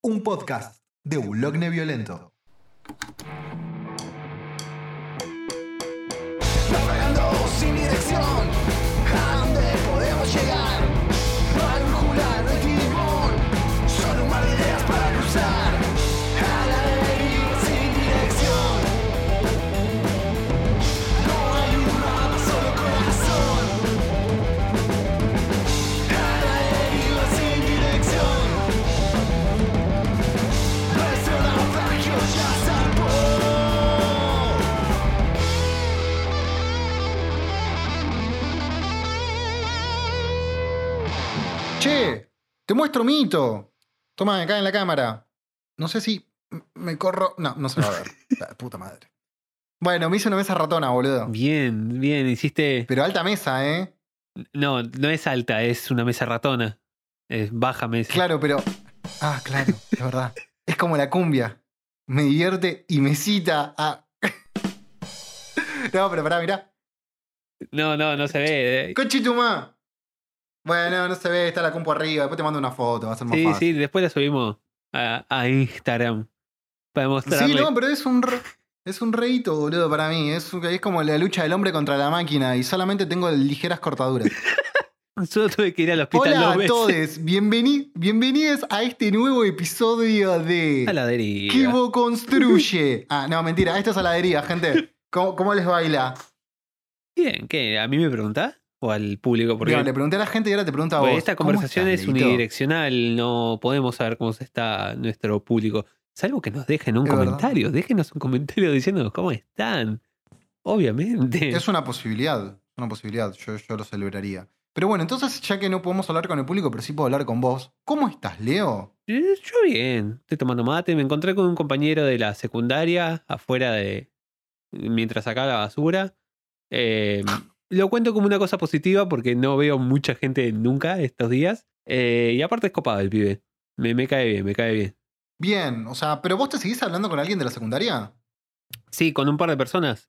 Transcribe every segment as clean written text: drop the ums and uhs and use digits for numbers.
un podcast de Boulogne Violento. Navegando sin dirección, ¿a dónde podemos llegar? No hay brújula, no hay timón, solo un mar de ideas para cruzar. A la deriva sin dirección, no hay un mapa, solo corazón. A la deriva sin dirección, nuestro naufragio ya zarpó. Che, te muestro mito. Toma, acá en la cámara. No sé si me corro. No se va a ver. La puta madre. Bueno, me hice una mesa ratona, boludo. Bien, hiciste... Pero alta mesa, ¿eh? No es alta, es una mesa ratona. Es baja mesa. Claro, pero. Ah, claro, es verdad. Es como la cumbia. Me divierte y me cita a. No, pero pará, mirá. No se ve. ¡Conchitumá! Bueno, no se ve, está la compu arriba. Después te mando una foto, va a ser más Sí, fácil. después la subimos a Instagram. Para mostrarle. Sí, no, pero es un reíto, boludo, para mí. Es como la lucha del hombre contra la máquina y solamente tengo ligeras cortaduras. Solo tuve que ir al hospital Hola 2 a veces. todos, bienvenidos a este nuevo episodio de A la deriva. Kibo Construye. Ah, no, mentira, esto es a la deriva, gente. ¿Cómo les baila? Bien, ¿qué? ¿A mí me preguntás? ¿O al público? Porque No, le pregunté a la gente y ahora te pregunto a porque vos. esta ¿Cómo conversación estás, es Leito? unidireccional. No podemos saber cómo está nuestro público. Salvo que nos dejen un Es verdad. comentario. Déjenos un comentario diciéndonos cómo están. Obviamente. Es una posibilidad, yo lo celebraría. Pero bueno, entonces ya que no podemos hablar con el público, pero sí puedo hablar con vos. ¿Cómo estás, Leo? Yo bien, estoy tomando mate, me encontré con un compañero de la secundaria afuera de... mientras sacaba la basura. Lo cuento como una cosa positiva porque no veo mucha gente nunca estos días. Y aparte es copado el pibe. Me cae bien, me cae bien. Bien, o sea, ¿pero vos te seguís hablando con alguien de la secundaria? Sí, con un par de personas.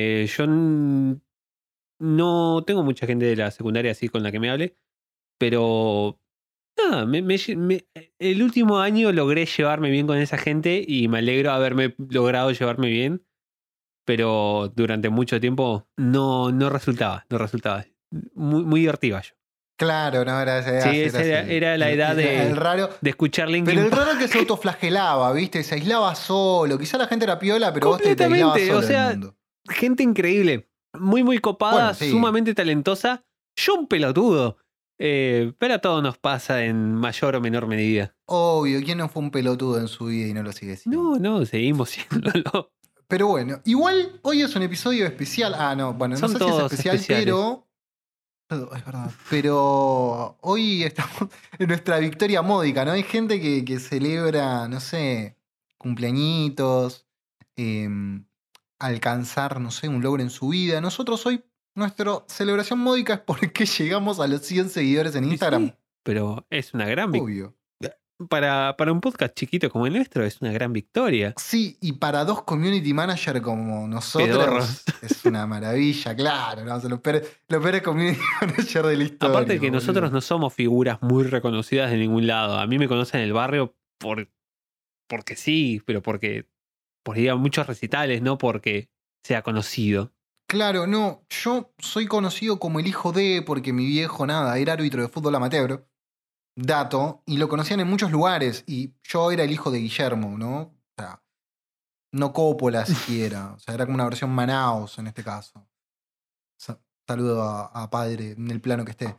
No tengo mucha gente de la secundaria así con la que me hable, pero... Nada, el último año logré llevarme bien con esa gente y me alegro haberme logrado llevarme bien, pero durante mucho tiempo no resultaba. Muy divertida yo. Claro, no, era esa edad. Sí, esa era la edad el raro. de escuchar Linkin Pero el Park. raro que se autoflagelaba, ¿viste? Se aislaba solo. Quizá la gente era piola, pero vos te aislabas Completamente, solo o sea, del mundo. Gente increíble, muy copada, Bueno, sí. sumamente talentosa. Yo un pelotudo, pero a todos nos pasa en mayor o menor medida. Obvio, ¿quién no fue un pelotudo en su vida y no lo sigue siendo? No, seguimos siéndolo. Pero bueno, igual hoy es un episodio especial. Ah, no, bueno, no Son sé si es todos especial, especiales. pero. Es verdad. Pero hoy estamos en nuestra victoria módica, ¿no? Hay gente que celebra, no sé, cumpleañitos, alcanzar, no sé, un logro en su vida. Nosotros hoy, nuestra celebración módica es porque llegamos a los 100 seguidores en Sí, Instagram. sí, pero es una gran victoria. Obvio. Para un podcast chiquito como el nuestro es una gran victoria. Sí, y para dos community managers como nosotros Pedorros. es una maravilla, claro. ¿No? O sea, los peores community managers de la historia. Aparte de que boludo. nosotros no somos figuras muy reconocidas de ningún lado. A mí me conocen en el barrio porque sí, pero por ir a muchos recitales, no porque sea conocido. Claro, no, yo soy conocido como el hijo de, porque mi viejo, nada, era árbitro de fútbol amateur, dato, y lo conocían en muchos lugares, y yo era el hijo de Guillermo, ¿no? O sea, no Coppola siquiera, o sea, era como una versión Manaos en este caso. Saludo a padre en el plano que esté.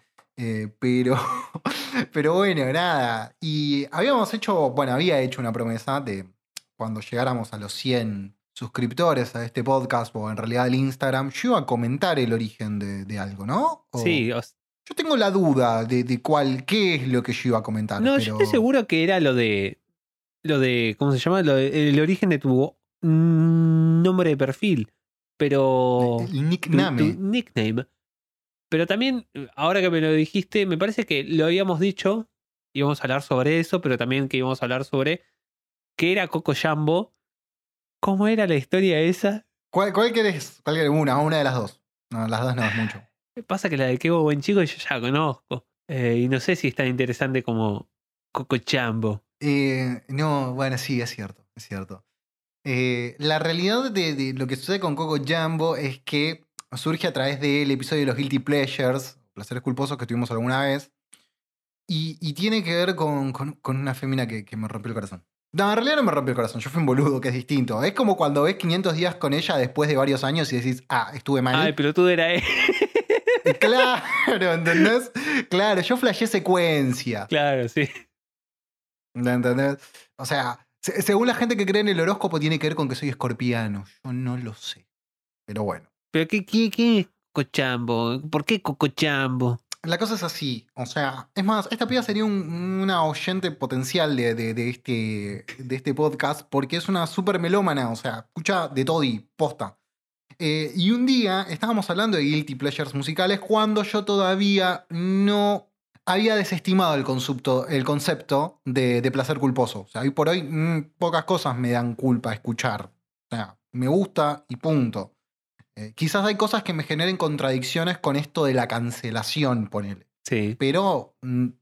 Pero bueno, nada, y había hecho una promesa de cuando llegáramos a los 100 suscriptores a este podcast o en realidad al Instagram, yo iba a comentar el origen de algo, ¿no? O- Sí, Yo tengo la duda de qué es lo que yo iba a comentar. no, pero... yo estoy seguro que era lo de, ¿cómo se llama? El origen de tu nombre de perfil. Pero... El nickname. Tu nickname. Pero también, ahora que me lo dijiste, me parece que lo habíamos dicho, íbamos a hablar sobre eso, pero también que íbamos a hablar sobre qué era Coco Jambo. ¿Cómo era la historia esa? ¿Cuál querés? ¿Cuál querés? Una de las dos. No, las dos no es mucho. Pasa que la de Qué buen chico yo ya conozco. Y no sé si es tan interesante como Coco Jambo. No, bueno, sí, es cierto, es cierto. La realidad de lo que sucede con Coco Jumbo es que surge a través del episodio de los Guilty Pleasures, placeres culposos que tuvimos alguna vez, y tiene que ver con una fémina que me rompió el corazón. No, en realidad no me rompió el corazón, yo fui un boludo, que es distinto. Es como cuando ves 500 días con ella después de varios años y decís, estuve mal. Ah, el pelotudo era él. Claro, ¿entendés? Claro, yo flashé secuencia. Claro, sí. ¿Entendés? O sea, según la gente que cree en el horóscopo, tiene que ver con que soy escorpiano. Yo no lo sé. Pero bueno. ¿Pero qué es Cochambo? ¿Por qué Cocochambo? La cosa es así. O sea, es más, esta piba sería una oyente potencial de este podcast porque es una súper melómana. O sea, escucha de todo y posta. Y un día estábamos hablando de Guilty Pleasures musicales cuando yo todavía no había desestimado el concepto de placer culposo. O sea, hoy por hoy pocas cosas me dan culpa escuchar. O sea, me gusta y punto. Quizás hay cosas que me generen contradicciones con esto de la cancelación, ponele. Sí. Pero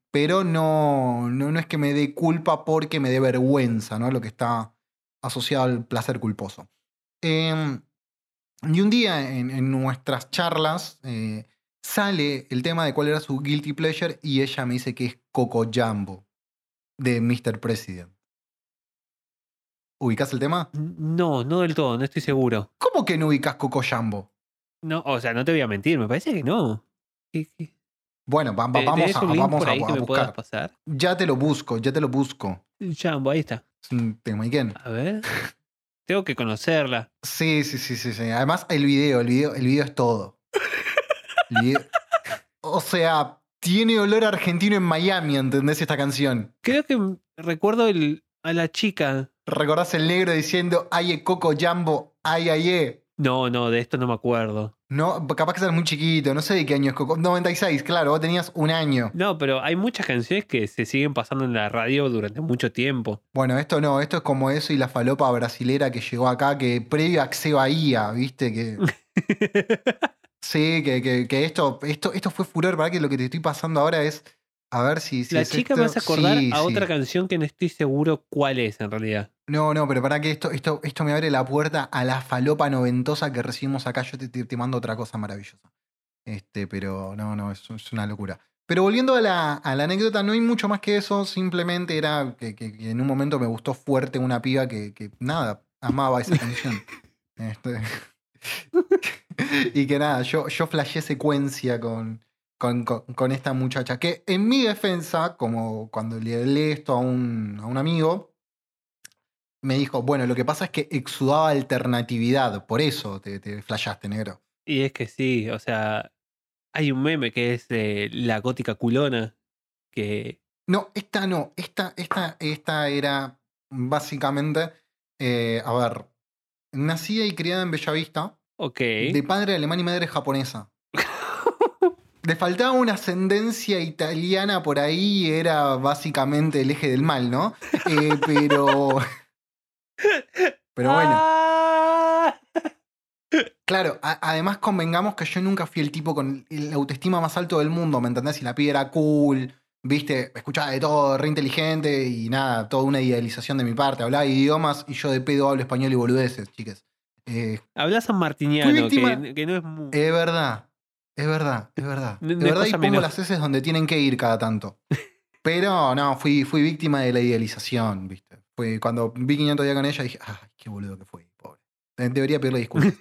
no es que me dé culpa porque me dé vergüenza, ¿no? Lo que está asociado al placer culposo. Y un día en nuestras charlas sale el tema de cuál era su guilty pleasure y ella me dice que es Coco Jumbo de Mr. President. ¿Ubicás el tema? No, no del todo, no estoy seguro. ¿Cómo que no ubicás Coco Jumbo? No, o sea, no te voy a mentir, me parece que no. Bueno, vamos ¿Tenés un link por ahí a que me puedas buscar. pasar? Ya te lo busco. Jambo, ahí está. Es un tema, ¿y quién? A ver. Tengo que conocerla. Sí. Además, el video es todo. El video- O sea, tiene olor argentino en Miami, ¿entendés esta canción? Creo que recuerdo a la chica. ¿Recordás el negro diciendo, ay, Coco Jumbo, ay? No, de esto no me acuerdo. No, capaz que seas muy chiquito, no sé de qué año es Coco. 96, claro, vos tenías un año. No, pero hay muchas canciones que se siguen pasando en la radio durante mucho tiempo. Bueno, esto no, esto es como eso y la falopa brasilera que llegó acá, que previo a Xe Bahía, ¿viste? Que, sí, que esto fue furor, para que lo que te estoy pasando ahora es, a ver si La es chica esto. me hace acordar Sí, a sí. otra canción que no estoy seguro cuál es en realidad. No, pero para que esto me abre la puerta a la falopa noventosa que recibimos acá. Yo te mando otra cosa maravillosa. Pero no, es una locura. Pero volviendo a la anécdota, no hay mucho más que eso. Simplemente era que en un momento me gustó fuerte una piba que nada, amaba esa canción. Y que nada, yo flashé secuencia con esta muchacha. Que en mi defensa, como cuando le hablé esto a un amigo, me dijo, bueno, lo que pasa es que exudaba alternatividad, por eso te flashaste, negro. Y es que sí, o sea, hay un meme que es la gótica culona, que... No, esta era básicamente, a ver, nacida y criada en Bellavista, Ok. de padre alemán y madre japonesa. Le faltaba una ascendencia italiana por ahí, era básicamente el eje del mal, ¿no? Pero bueno. ¡Ah! Claro, además convengamos que yo nunca fui el tipo con la autoestima más alto del mundo, ¿me entendés? Y la piba era cool, viste, escuchaba de todo, re inteligente y nada, toda una idealización de mi parte. Hablaba idiomas y yo de pedo hablo español y boludeces, chiques. Hablas Fui sanmartiniano, víctima. que no es muy... Es verdad. Es verdad. No Es es verdad y cosa pongo menor. las heces donde tienen que ir cada tanto. Pero no, fui víctima de la idealización, viste. Fue cuando vi 500 días con ella dije, ay, qué boludo que fui, pobre. Debería pedirle disculpas.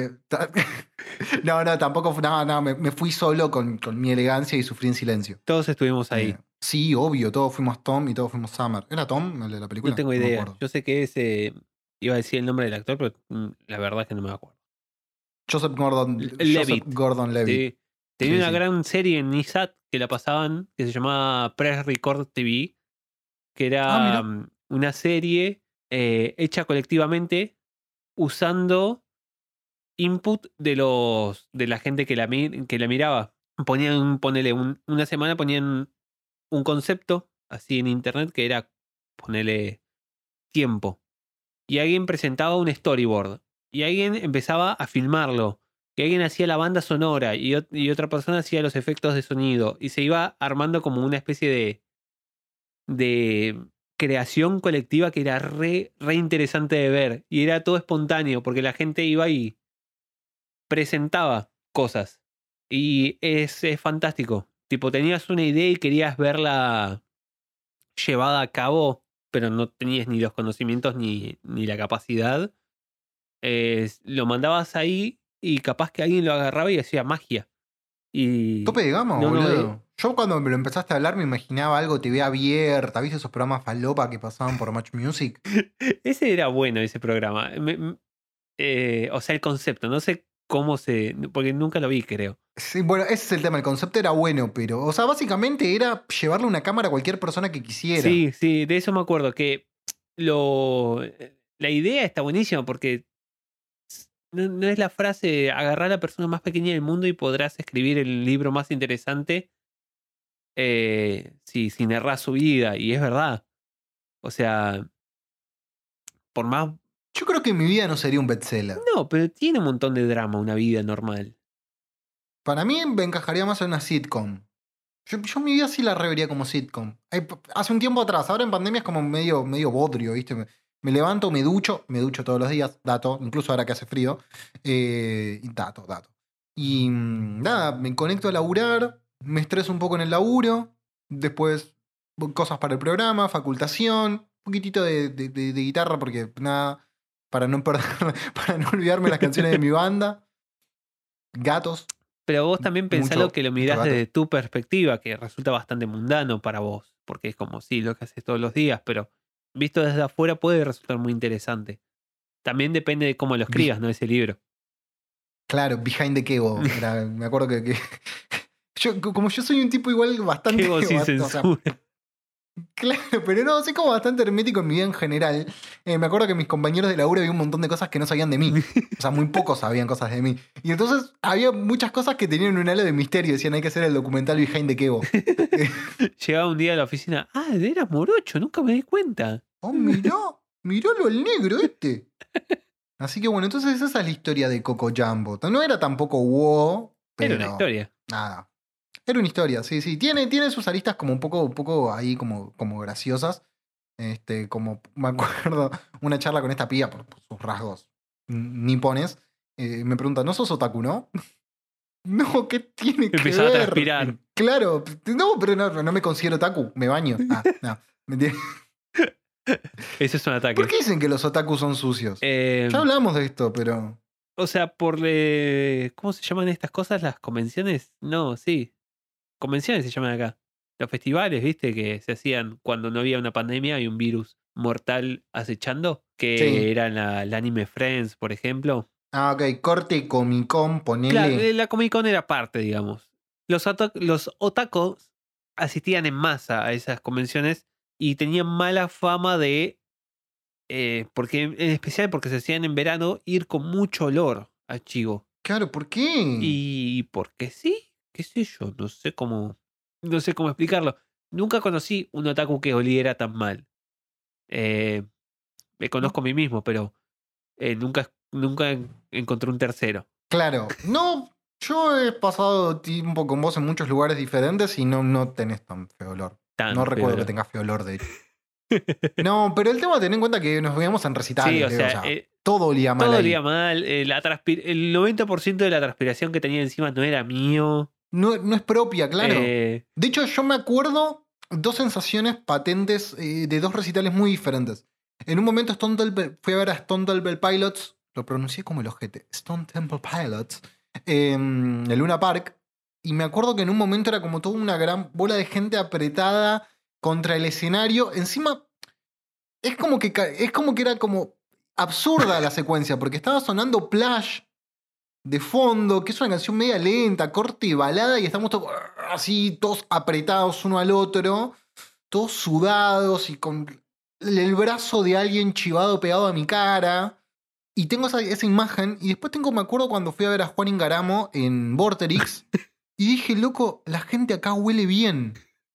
Tampoco fue. No, me fui solo con mi elegancia y sufrí en silencio. Todos estuvimos ahí. Sí, obvio, todos fuimos Tom y todos fuimos Summer. ¿Era Tom el de la película? No tengo me idea. acuerdo. Yo sé que es... iba a decir el nombre del actor, pero la verdad es que no me acuerdo. Joseph Gordon-Levitt. Sí. Tenía Sí, una sí. gran serie en Nisat que la pasaban, que se llamaba Press Record TV, que era Mira. una serie hecha colectivamente usando input de la gente que la miraba. Ponele, una semana ponían un concepto así en internet que era, ponele, tiempo. Y alguien presentaba un storyboard. Y alguien empezaba a filmarlo. Y alguien hacía la banda sonora. Y otra persona hacía los efectos de sonido. Y se iba armando como una especie de creación colectiva que era re interesante de ver. Y era todo espontáneo, porque la gente iba y presentaba cosas. Y es fantástico. Tipo, tenías una idea y querías verla llevada a cabo, pero no tenías ni los conocimientos ni la capacidad. Lo mandabas ahí y capaz que alguien lo agarraba y hacía magia. Y Tope de gama, no, boludo. Yo cuando me lo empezaste a hablar me imaginaba algo TV abierta. ¿Viste esos programas falopa que pasaban por Match Music? ese era bueno, ese programa. O sea, el concepto, no sé cómo porque nunca lo vi, creo. Sí, bueno, ese es el tema. El concepto era bueno, pero... O sea, básicamente era llevarle una cámara a cualquier persona que quisiera. Sí, sí, de eso me acuerdo, que la idea está buenísima porque no es la frase agarrar a la persona más pequeña del mundo y podrás escribir el libro más interesante si narras su vida, y es verdad. O sea, por más... Yo creo que mi vida no sería un bestseller. No, pero tiene un montón de drama una vida normal. Para mí me encajaría más en una sitcom. Yo mi vida sí la revería como sitcom. Hace un tiempo atrás, ahora en pandemia es como medio bodrio, ¿viste? Me levanto, me ducho todos los días, dato, incluso ahora que hace frío. Dato. Y nada, me conecto a laburar, me estreso un poco en el laburo, después cosas para el programa, facultación, un poquitito de guitarra porque nada, para no perder, para no olvidarme las canciones de mi banda. Gatos. Pero vos también pensalo Mucho que lo mirás gato. desde tu perspectiva, que resulta bastante mundano para vos, porque es como, sí, lo que haces todos los días, pero visto desde afuera puede resultar muy interesante. También depende de cómo lo escribas, ¿no? Ese libro. Claro, Behind the Kebo. Me acuerdo que como yo soy un tipo igual bastante... Qué vos sin o sea, censura. claro, pero no, soy como bastante hermético en mi vida en general. Me acuerdo que mis compañeros de laburo había un montón de cosas que no sabían de mí. O sea, muy pocos sabían cosas de mí. Y entonces había muchas cosas que tenían un halo de misterio. Decían, hay que hacer el documental Behind the Kebo. Llegaba un día a la oficina, eras morocho, nunca me di cuenta. Oh, miralo al negro este. Así que bueno, entonces esa es la historia de Coco Jumbo. No era tampoco wow, pero... Era una historia. Nada. Era una historia, sí. Tiene sus aristas como un poco ahí como graciosas. Como me acuerdo una charla con esta piba por sus rasgos nipones. Me pregunta, ¿no sos otaku, no? No, ¿qué tiene que Empezaba a ver? transpirar. Claro, no, pero no me considero otaku, me baño. No. Ese es un ataque. ¿Por qué dicen que los otakus son sucios? Ya hablamos de esto, pero... O sea, ¿cómo se llaman estas cosas? ¿Las convenciones? No, sí. Convenciones se llaman acá. Los festivales, ¿viste? Que se hacían cuando no había una pandemia y un virus mortal acechando. Que Sí. eran el Anime Friends, por ejemplo. Ah, ok, corte Comic Con, ponele... Claro, la Comic Con era parte, digamos. Los otakus asistían en masa a esas convenciones y tenían mala fama de... porque en especial porque se hacían en verano, ir con mucho olor a chivo. Claro, ¿por qué? Y porque sí, qué sé yo, no sé cómo explicarlo. Nunca conocí un otaku que oliera tan mal. Me conozco a mí mismo, pero nunca encontré un tercero. Claro, no, yo he pasado tiempo con vos en muchos lugares diferentes y no tenés tan feo olor. Tan No feo recuerdo que olor. tengas feo olor, de hecho. No, pero el tema es tener en cuenta que nos veíamos en recitales. Sí, o Leo, sea, todo olía mal todo ahí. olía mal. El 90% de la transpiración que tenía encima no era mío. No es propia, claro. Eh, De hecho, yo me acuerdo dos sensaciones patentes de dos recitales muy diferentes. En un momento fui a ver a Stone Temple Pilots, lo pronuncié como el ojete, Stone Temple Pilots, en el Luna Park, y me acuerdo que en un momento era como toda una gran bola de gente apretada contra el escenario. Encima, es como que era como absurda la secuencia, porque estaba sonando Plush de fondo, que es una canción media lenta, corte y balada, y estamos todos así, todos apretados uno al otro, todos sudados y con el brazo de alguien chivado pegado a mi cara. Y tengo esa imagen, y después me acuerdo cuando fui a ver a Juan Ingaramo en Vorterix, y dije, loco, la gente acá huele bien.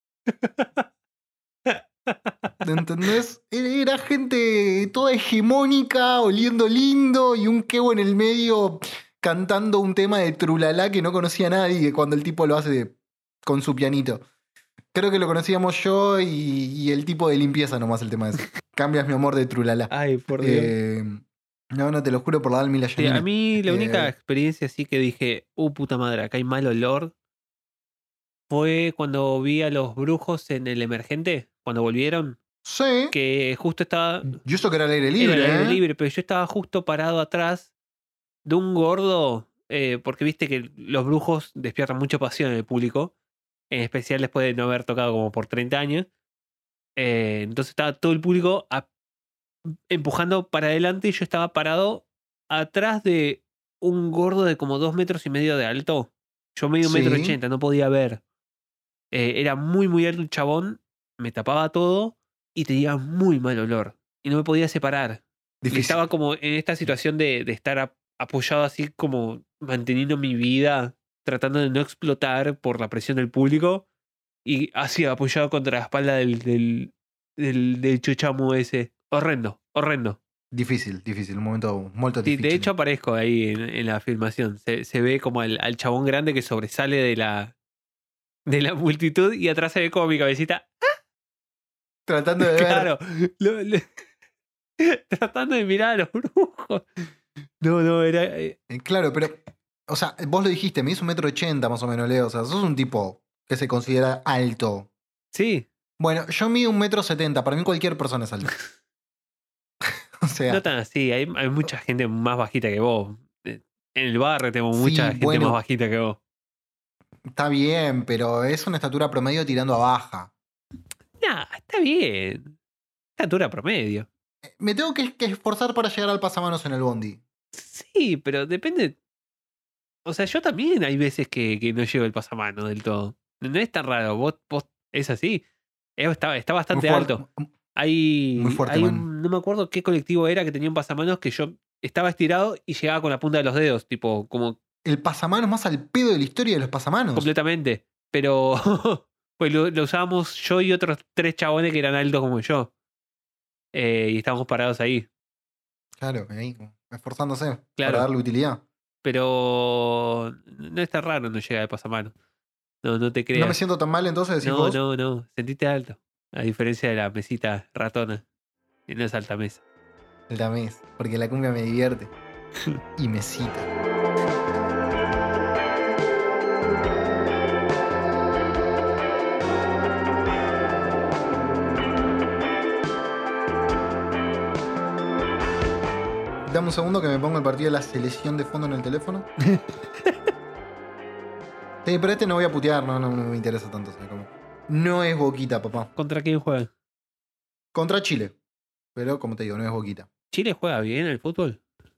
¿Entendés? Era gente toda hegemónica, oliendo lindo, y un quebo en el medio cantando un tema de Trulala que no conocía a nadie cuando el tipo lo hace con su pianito. Creo que lo conocíamos yo y el tipo de limpieza nomás el tema ese. Cambias mi amor de trulala. Ay, por Dios. No, te lo juro por la alma y la Sí, Janina. a mí la única experiencia así que dije, puta madre, acá hay mal olor, fue cuando vi a los brujos en el Emergente, cuando volvieron, Sí. que justo estaba... Yo eso que era al aire Era libre, al aire ¿eh? libre, pero yo estaba justo parado atrás de un gordo, porque viste que los brujos despiertan mucha pasión en el público, en especial después de no haber tocado como por 30 años. Entonces estaba todo el público empujando para adelante y yo estaba parado atrás de un gordo de como 2,5 metros de alto. Yo medio Sí. 1,80 m, no podía ver. Era muy, muy alto el chabón, me tapaba todo y tenía muy mal olor. Y no me podía separar. Y Difícil. estaba como en esta situación de estar apoyado así como manteniendo mi vida, tratando de no explotar por la presión del público. Y así apoyado contra la espalda del chuchamo ese. Horrendo, horrendo. Difícil. Un momento muy Sí, difícil. de hecho aparezco ahí en la filmación. Se ve como al chabón grande que sobresale de la multitud y atrás se ve como mi cabecita. Tratando de ver. Claro. Tratando de mirar a los brujos. No, era... Claro, pero. O sea, vos lo dijiste, me hizo 1,80 m más o menos, Leo. O sea, sos un tipo que se considera alto. Sí, Bueno, yo mido 1,70 m. Para mí cualquier persona es alta. O sea. no tan así. Hay mucha gente más bajita que vos. En el barrio tengo Sí, mucha gente bueno. más bajita que vos. Está bien, pero es una estatura promedio tirando a baja. Nah, está bien. Estatura promedio. Me tengo que esforzar para llegar al pasamanos en el bondi. Sí, pero depende. O sea, yo también hay veces que no llego el pasamano del todo. No es tan raro. Vos es así. Está bastante Muy fuerte. alto. Hay, Muy fuerte, hay man. no me acuerdo qué colectivo era que tenía un pasamanos que yo estaba estirado y llegaba con la punta de los dedos, tipo, como El pasamanos más al pedo de la historia de los pasamanos. completamente. Pero pues lo usábamos yo y otros 3 chabones que eran altos como yo. Y estábamos parados ahí. Claro, ahí, esforzándose Claro. para darle utilidad. Pero no está raro no llegar al pasamanos. No te creas. No me siento tan mal entonces, decís vos. No. Sentiste alto. A diferencia de la mesita ratona. Que no es alta mesa. El tamés, porque la cumbia me divierte. Y me cita. Dame un segundo que me pongo el partido de la selección de fondo en el teléfono. Sí, pero este no voy a putear, no me interesa tanto. ¿Sabes cómo? No es Boquita, papá. ¿Contra quién juega? Contra Chile. Pero como te digo, no es Boquita. ¿Chile juega bien el fútbol?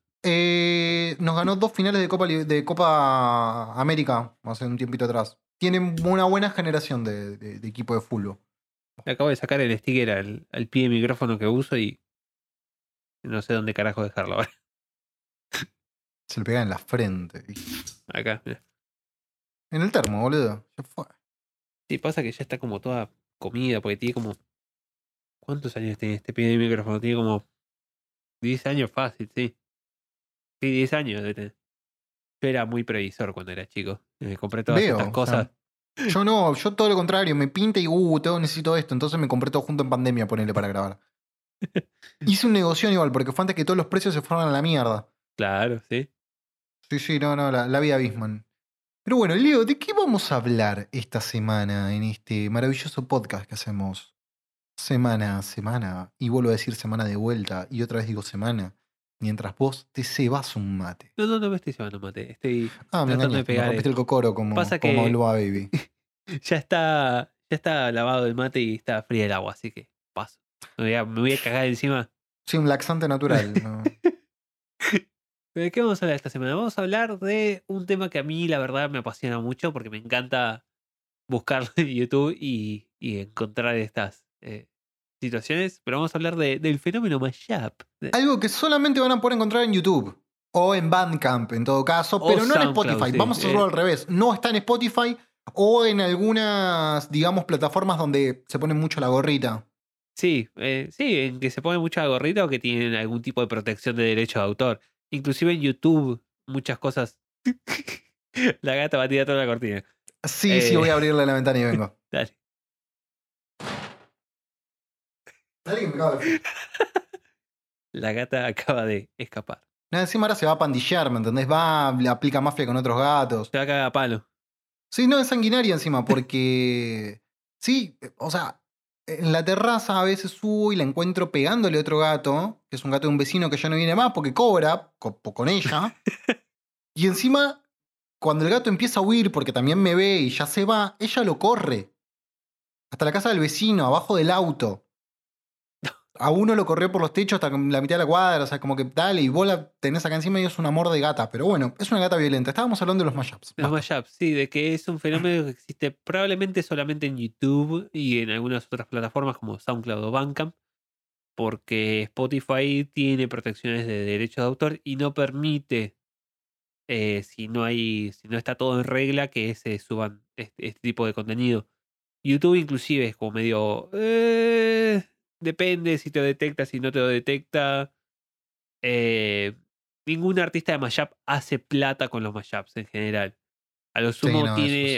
Nos ganó 2 finales de Copa América hace un tiempito atrás. Tienen una buena generación de equipo de fútbol. Le acabo de sacar el sticker al pie de micrófono que uso y no sé dónde carajo dejarlo ahora. Se le pega en la frente. Acá, mirá. En el termo, boludo. Ya fue. Sí, pasa que ya está como toda comida, porque tiene como... ¿Cuántos años tiene este pie de micrófono? Tiene como 10 años fácil, sí. Sí, 10 años debe tener. Yo era muy previsor cuando era chico. Me compré todas Veo, estas o cosas. sea, yo todo lo contrario, me pinta y necesito esto. Entonces me compré todo junto en pandemia, ponerle para grabar. Hice un negocio igual, porque fue antes que todos los precios se fueran a la mierda. Claro, sí. Sí, la vida Bisman. Pero bueno, Leo, ¿de qué vamos a hablar esta semana en este maravilloso podcast que hacemos semana a semana? Y vuelvo a decir semana de vuelta, y otra vez digo semana, mientras vos te cebas un mate. No me estoy llevando mate. Estoy Me tratando de engañaste, me pegar. rompiste el cocoro como Pasa que- Malva Baby. Ya está lavado el mate y está fría el agua, así que paso. Me voy a cagar encima. Sí, un laxante natural. ¿no? ¿De qué vamos a hablar esta semana? Vamos a hablar de un tema que a mí, la verdad, me apasiona mucho porque me encanta buscarlo en YouTube y encontrar estas situaciones. Pero vamos a hablar del fenómeno mashup. Algo que solamente van a poder encontrar en YouTube. O en Bandcamp, en todo caso. O Pero no en SoundCloud, Spotify. sí. Vamos a hacerlo al revés. No está en Spotify o en algunas, digamos, plataformas donde se pone mucho la gorrita. Sí, en que se pone mucha gorrita o que tienen algún tipo de protección de derecho de autor. Inclusive en YouTube, muchas cosas. La gata va a tirar toda la cortina. Sí, voy a abrirle la ventana y vengo. Dale. Dale que me cago de frío. La gata acaba de escapar. No, encima ahora se va a pandillear, ¿me entendés? Le aplica mafia con otros gatos. Se va a cagar a palo. Sí, no, es sanguinaria encima, porque. Sí, o sea, en la terraza a veces subo y la encuentro pegándole a otro gato, que es un gato de un vecino que ya no viene más porque cobra con ella. Y encima, cuando el gato empieza a huir porque también me ve y ya se va, ella lo corre. Hasta la casa del vecino, abajo del auto. A uno lo corrió por los techos hasta la mitad de la cuadra, o sea, como que dale, y vos la tenés acá encima y es un amor de gata. Pero bueno, es una gata violenta. Estábamos hablando de los mashups. Los Basta. mashups, sí, de que es un fenómeno que existe probablemente solamente en YouTube y en algunas otras plataformas como SoundCloud o Bandcamp, porque Spotify tiene protecciones de derechos de autor y no permite, si no está todo en regla, que se suban este tipo de contenido. YouTube inclusive es como medio, depende si te detecta, si no te lo detecta. Ningún artista de mashup hace plata con los mashups en general. A lo Sí, sumo no, eso tiene es.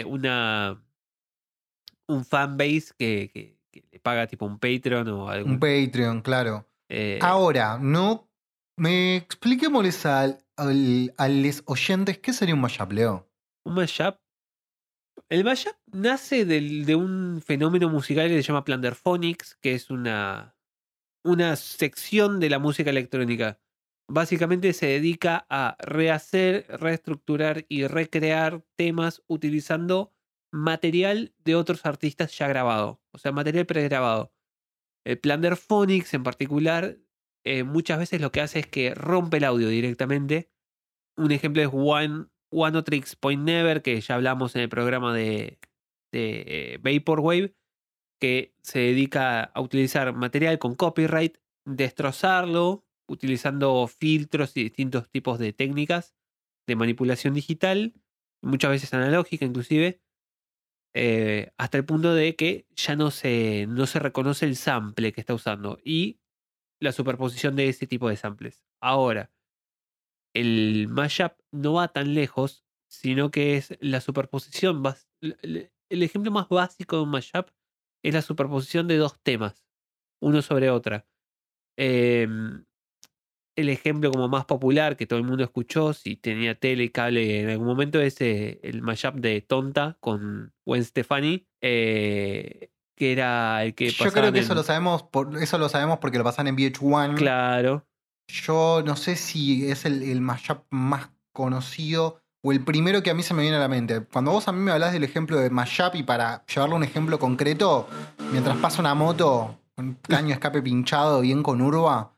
un fanbase que le paga tipo un Patreon o Un algún. Patreon, claro. eh, Ahora, no me expliquémosles a los oyentes qué sería un mashup, Leo. un mashup. El mashup nace de un fenómeno musical que se llama Plunderphonics, que es una sección de la música electrónica. Básicamente se dedica a rehacer, reestructurar y recrear temas utilizando material de otros artistas ya grabado, o sea, material pregrabado. El Plunderphonics en particular, muchas veces lo que hace es que rompe el audio directamente. Un ejemplo es One Tricks Point Never, que ya hablamos en el programa de Vaporwave, que se dedica a utilizar material con copyright, destrozarlo, utilizando filtros y distintos tipos de técnicas de manipulación digital, muchas veces analógica inclusive, hasta el punto de que ya no se reconoce el sample que está usando y la superposición de ese tipo de samples. Ahora, el mashup no va tan lejos, sino que es la superposición. El ejemplo más básico de un mashup es la superposición de dos temas, uno sobre otra. Em, el ejemplo como más popular que todo el mundo escuchó, si tenía tele y cable en algún momento, es el mashup de Tonta con Gwen Stefani, que era el que Yo creo pasaban que eso en. eso lo sabemos porque lo pasan en VH1. Claro. Yo no sé si es el mashup más conocido o el primero que a mí se me viene a la mente. Cuando vos a mí me hablás del ejemplo de mashup y para llevarlo a un ejemplo concreto, mientras pasa una moto con caño de escape pinchado bien con urba,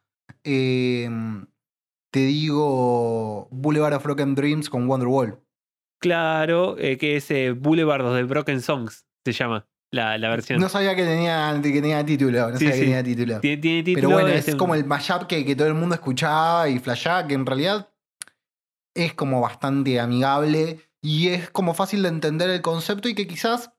te digo Boulevard of Broken Dreams con Wonderwall. Claro, que es Boulevard of the Broken Songs, se llama la versión. No sabía que tenía título, no Sí, sabía que sí. tenía título. Tiene título. Pero bueno, es como el mashup que todo el mundo escuchaba y flashaba, que en realidad es como bastante amigable y es como fácil de entender el concepto y que quizás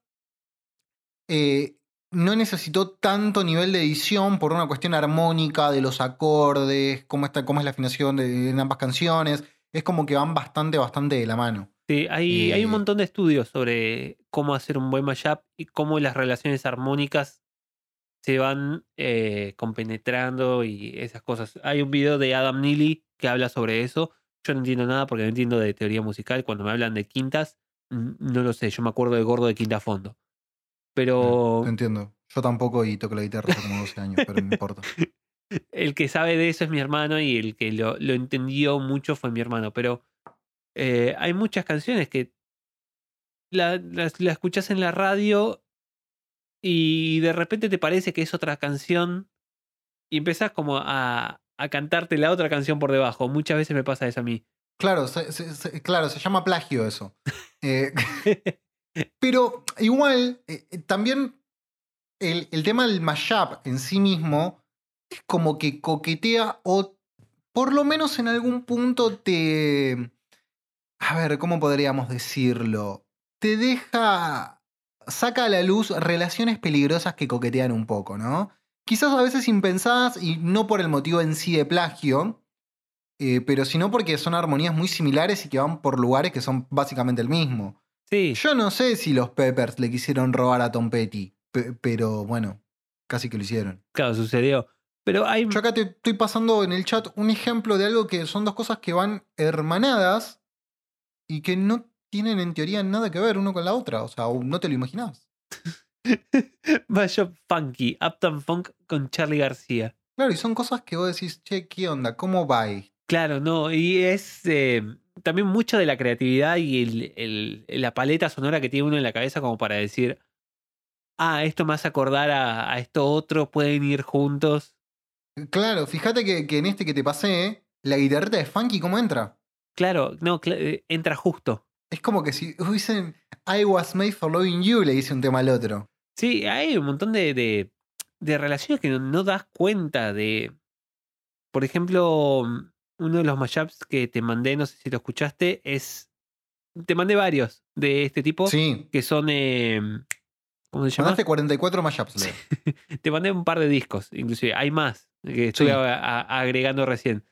no necesitó tanto nivel de edición por una cuestión armónica de los acordes, cómo es la afinación en ambas canciones. Es como que van bastante de la mano. Sí, hay un montón de estudios sobre cómo hacer un buen mashup y cómo las relaciones armónicas se van compenetrando y esas cosas. Hay un video de Adam Neely que habla sobre eso. Yo no entiendo nada porque no entiendo de teoría musical. Cuando me hablan de quintas, no lo sé. Yo me acuerdo de Gordo de Quinta Fondo. Te Pero entiendo. Yo tampoco y toco la guitarra hace como 12 años, pero no importa. el que sabe de eso es mi hermano y el que lo entendió mucho fue mi hermano. Pero hay muchas canciones que la escuchás en la radio y de repente te parece que es otra canción y empezás como a cantarte la otra canción por debajo. Muchas veces me pasa eso a mí. Claro, claro, se llama plagio eso. Pero igual, también el tema del mashup en sí mismo es como que coquetea o por lo menos en algún punto te... A ver, ¿cómo podríamos decirlo? Te saca a la luz relaciones peligrosas que coquetean un poco, ¿no? Quizás a veces impensadas y no por el motivo en sí de plagio, pero sino porque son armonías muy similares y que van por lugares que son básicamente el mismo. Sí. Yo no sé si los Peppers le quisieron robar a Tom Petty, pero bueno, casi que lo hicieron. Claro, sucedió. Pero hay. Yo acá te estoy pasando en el chat un ejemplo de algo que son dos cosas que van hermanadas y que no tienen en teoría nada que ver uno con la otra. O sea, no te lo imaginás. Mashup Funky, Uptown Funk con Charlie García. Claro, y son cosas que vos decís, che, ¿qué onda? ¿Cómo va ahí? Claro, no, y es también mucho de la creatividad y la paleta sonora que tiene uno en la cabeza como para decir, esto me hace acordar a esto otro, pueden ir juntos. Claro, fíjate que en este que te pasé, la guitarrita de Funky, ¿cómo entra? Claro, no, entra justo. Es como que si hubiesen I was made for loving you, le dice un tema al otro. Sí, hay un montón de relaciones que no das cuenta de. Por ejemplo, uno de los mashups que te mandé, no sé si lo escuchaste, es. Te mandé varios de este tipo Sí. que son. ¿Cómo se llama? Mandaste 44 mashups, Leo. Te mandé un par de discos, inclusive. Hay más que estoy Sí. agregando recién.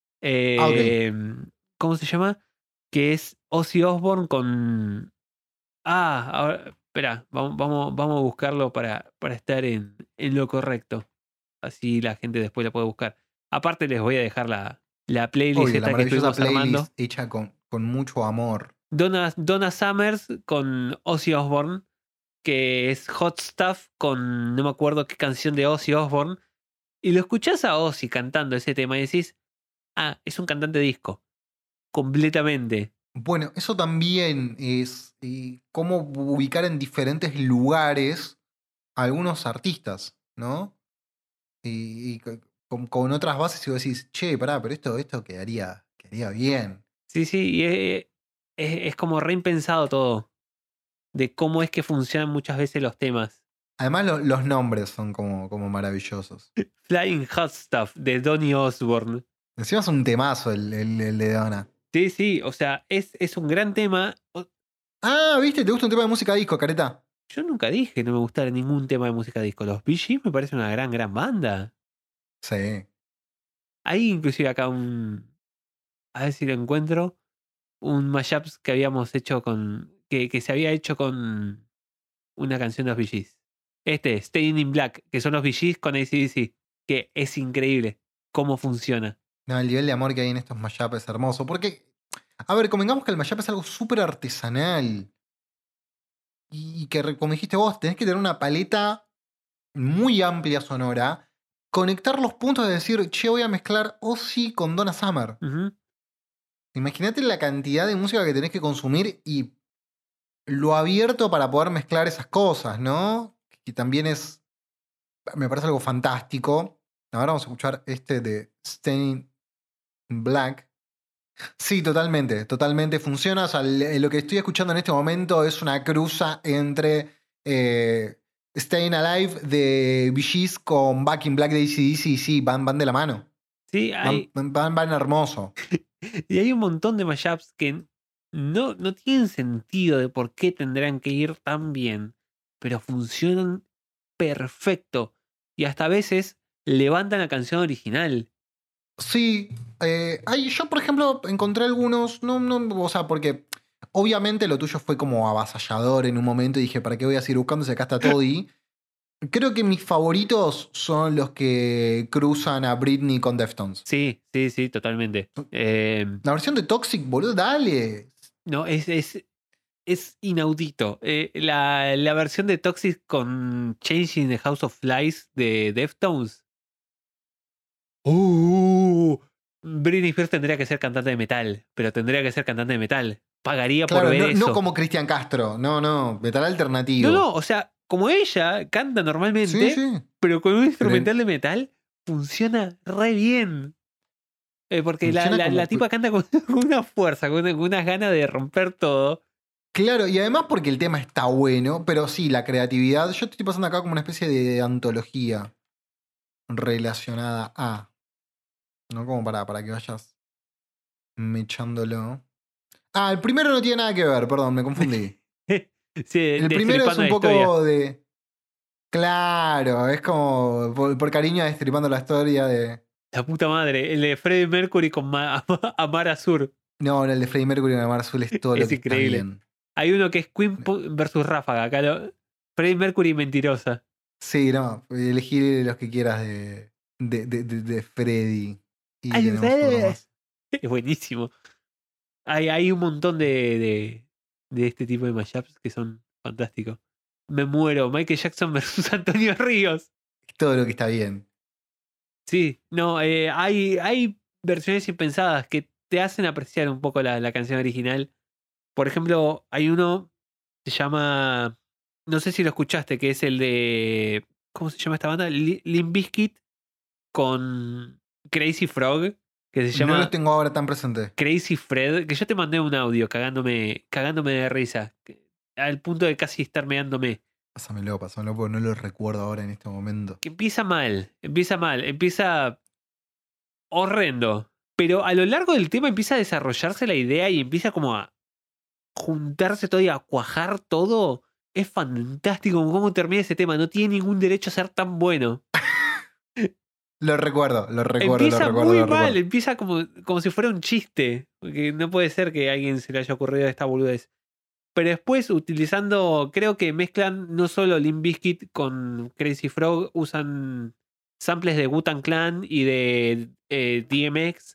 Ok. ¿Cómo se llama? Que es Ozzy Osbourne con. Ahora, espera, vamos a buscarlo para estar en lo correcto. Así la gente después la puede buscar. Aparte les voy a dejar la playlist Obvio, la esta que maravillosa estuvimos armando. playlist hecha con mucho amor. Donna Summers con Ozzy Osbourne, que es Hot Stuff con no me acuerdo qué canción de Ozzy Osbourne. Y lo escuchás a Ozzy cantando ese tema y decís, es un cantante disco. Completamente. Bueno, eso también es cómo ubicar en diferentes lugares a algunos artistas, ¿no? Y con otras bases y vos decís, che, pará, pero esto quedaría bien. Sí, y es como reimpensado todo. De cómo es que funcionan muchas veces los temas. Además, los nombres son como maravillosos. Flying Hot Stuff de Donny Osborne. Encima es un temazo el de Donna. Sí, o sea, es un gran tema. ¿Viste? ¿Te gusta un tema de música disco, careta? Yo nunca dije que no me gustara ningún tema de música disco. Los Bee Gees me parece una gran banda. Sí. Hay inclusive acá a ver si lo encuentro. Un mashup que habíamos hecho que se había hecho con una canción de los Bee Gees. Staying in Black, que son los Bee Gees con AC/DC. Que es increíble cómo funciona. No, el nivel de amor que hay en estos mashups es hermoso. Porque, a ver, convengamos que el mashup es algo súper artesanal. Y que, como dijiste vos, tenés que tener una paleta muy amplia sonora. Conectar los puntos de decir, che, voy a mezclar Ozzy con Donna Summer. Ujú. Imagínate la cantidad de música que tenés que consumir y lo abierto para poder mezclar esas cosas, ¿no? Que también me parece algo fantástico. Ahora vamos a escuchar este de Staying in Black. Sí, totalmente funciona. O sea, lo que estoy escuchando en este momento es una cruza entre Staying Alive de Bee Gees con Back in Black de AC/DC. Y sí, van de la mano. Sí, Van hermoso. y hay un montón de mashups que no tienen sentido de por qué tendrán que ir tan bien, pero funcionan perfecto. Y hasta a veces levantan la canción original. Sí, yo por ejemplo encontré algunos, o sea, porque obviamente lo tuyo fue como avasallador en un momento y dije, ¿para qué voy a seguir buscando si acá está Toddy? Creo que mis favoritos son los que cruzan a Britney con Deftones. Sí, totalmente. La versión de Toxic, boludo, dale. No, es inaudito. La versión de Toxic con Changing the House of Flies de Deftones. Britney Spears tendría que ser cantante de metal, pero tendría que ser cantante de metal. Pagaría Claro, por ver eso. no como Cristian Castro, no, metal alternativo. No, o sea, como ella canta normalmente, Sí. pero con un instrumental de metal funciona re bien. Porque la tipa canta con una fuerza, con unas ganas de romper todo. Claro, y además porque el tema está bueno, pero sí, la creatividad. Yo te estoy pasando acá como una especie de antología relacionada a. ¿No? Como para que vayas mechándolo. El primero no tiene nada que ver, perdón, me confundí. Sí, El primero es un poco historia. de. Claro, es como por cariño destripando la historia de. La puta madre, el de Freddie Mercury con Amar Azur. No, el de Freddie Mercury en Amar Azul es todo lo Es que increíble. está bien. Hay uno que es Queen versus Ráfaga. Acá Freddie Mercury mentirosa. Sí, no, elegí los que quieras de Freddy. Y ¡Ay, tenemos uno ustedes! más. Es buenísimo. Hay un montón de este tipo de mashups que son fantásticos. Me muero. Michael Jackson versus Antonio Ríos. Todo lo que está bien. Sí, no, hay versiones impensadas que te hacen apreciar un poco la canción original. Por ejemplo, hay uno se llama. No sé si lo escuchaste, que es el de. ¿Cómo se llama esta banda? Limp Bizkit con Crazy Frog, que se No los llama tengo ahora tan presentes. Crazy Fred, que yo te mandé un audio cagándome de risa, al punto de casi estar meándome. Pásamelo, porque no lo recuerdo ahora en este momento. Que empieza horrendo. Pero a lo largo del tema empieza a desarrollarse la idea y empieza como a juntarse todo y a cuajar todo. Es fantástico cómo termina ese tema. No tiene ningún derecho a ser tan bueno. Lo recuerdo, Empieza muy mal, empieza como si fuera un chiste. Porque no puede ser que a alguien se le haya ocurrido esta boludez. Pero después, utilizando, creo que mezclan no solo Limp Bizkit con Crazy Frog, usan samples de Wu-Tang Clan y de DMX,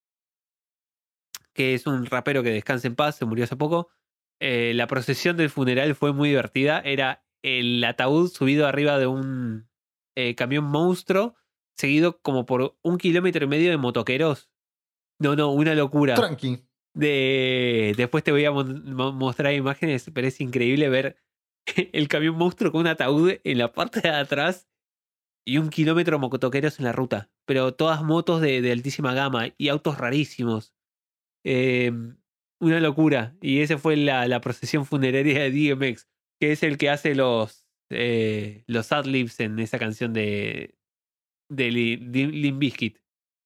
que es un rapero que descansa en paz, se murió hace poco. La procesión del funeral fue muy divertida. Era el ataúd subido arriba de un camión monstruo, seguido como por 1,5 kilómetros de motoqueros. No, una locura. Tranqui. Después te voy a mostrar imágenes, pero es increíble ver el camión monstruo con un ataúd en la parte de atrás y 1 kilómetro de motoqueros en la ruta. Pero todas motos de altísima gama y autos rarísimos. Eh, una locura. Y esa fue la procesión funeraria de DMX, que es el que hace los adlibs en esa canción de Limp Bizkit.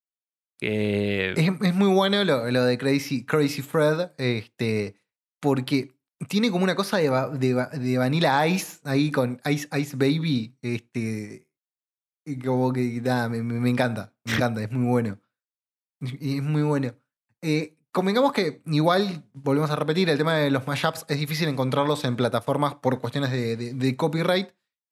Es muy bueno lo de Crazy Fred, porque tiene como una cosa de Vanilla Ice ahí con Ice Baby. Y como que nada, me encanta, es muy bueno. Es muy bueno. Convengamos que igual, volvemos a repetir, el tema de los mashups es difícil encontrarlos en plataformas por cuestiones de copyright.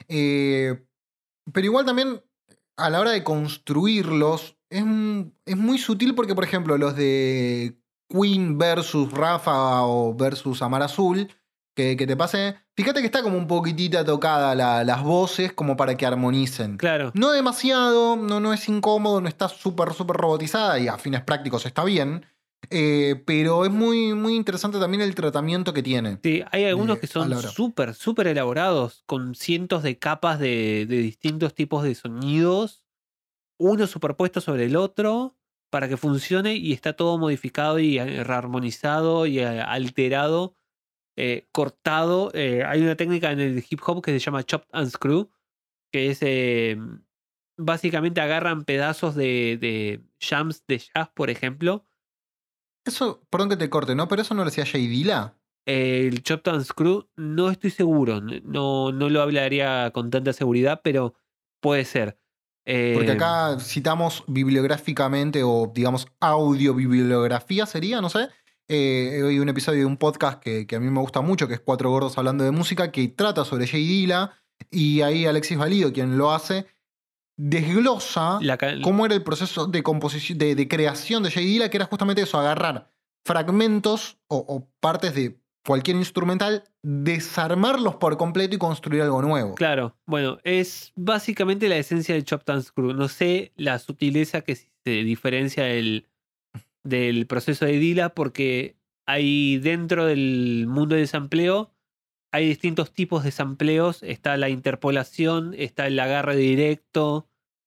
Pero igual también a la hora de construirlos es muy sutil porque, por ejemplo, los de Queen versus Rafa o versus Amar Azul, que te pase, fíjate que está como un poquitita tocada las voces como para que armonicen. Claro. No demasiado, no es incómodo, no está súper robotizada y a fines prácticos está bien. Pero es muy interesante también el tratamiento que tiene. Sí, hay algunos que a son la hora. súper elaborados, con cientos de capas de distintos tipos de sonidos, uno superpuesto sobre el otro, para que funcione y está todo modificado y rearmonizado y alterado, cortado. Hay una técnica en el hip hop que se llama chop and screw, que es básicamente agarran pedazos de jams de jazz, por ejemplo. Eso, perdón que te corte, ¿no? Pero eso no lo hacía Jay Dilla. El Chop Down Screw no estoy seguro, no lo hablaría con tanta seguridad, pero puede ser. Porque acá citamos bibliográficamente o digamos audiobibliografía sería, no sé. Hay un episodio de un podcast que a mí me gusta mucho, que es Cuatro Gordos Hablando de Música, que trata sobre Jay Dilla y ahí Alexis Valido, quien lo hace, desglosa cómo era el proceso de composición, de creación de Jay Dilla, que era justamente eso, agarrar fragmentos o partes de cualquier instrumental, desarmarlos por completo y construir algo nuevo. Claro, bueno, es básicamente la esencia del Chop Down Screw. No sé la sutileza que se diferencia del proceso de Dilla, porque hay dentro del mundo del sampleo, hay distintos tipos de sampleos. Está la interpolación, está el agarre directo.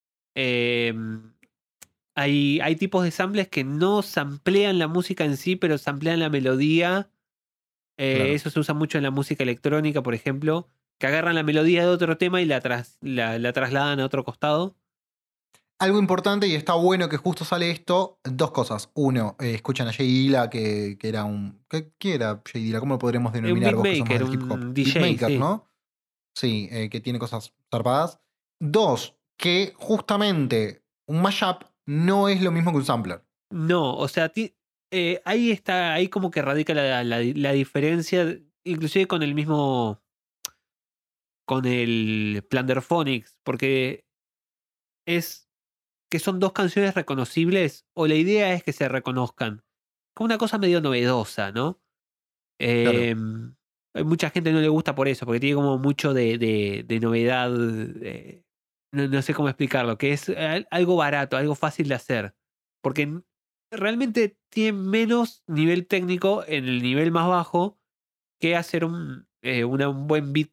Hay tipos de samples que no samplean la música en sí, pero samplean la melodía. Claro. Eso se usa mucho en la música electrónica, por ejemplo, que agarran la melodía de otro tema y la trasladan a otro costado. Algo importante, y está bueno que justo sale esto, dos cosas. Uno, escuchan a Jay Dilla, que era un... ¿Qué era Jay Dilla? ¿Cómo lo podríamos denominar Un vos que somos beatmaker, del hip hop? un DJ, Beatmaker, sí. ¿no? Sí, que tiene cosas zarpadas. Dos, que justamente un mashup no es lo mismo que un sampler. No, o sea, ahí está, ahí como que radica la diferencia, inclusive con el mismo con el Plunderphonics, porque es que son dos canciones reconocibles, o la idea es que se reconozcan. Como una cosa medio novedosa, ¿no? Claro. Hay mucha gente no le gusta por eso, porque tiene como mucho de novedad. No sé cómo explicarlo, que es algo barato, algo fácil de hacer. Porque realmente tiene menos nivel técnico en el nivel más bajo que hacer un buen beat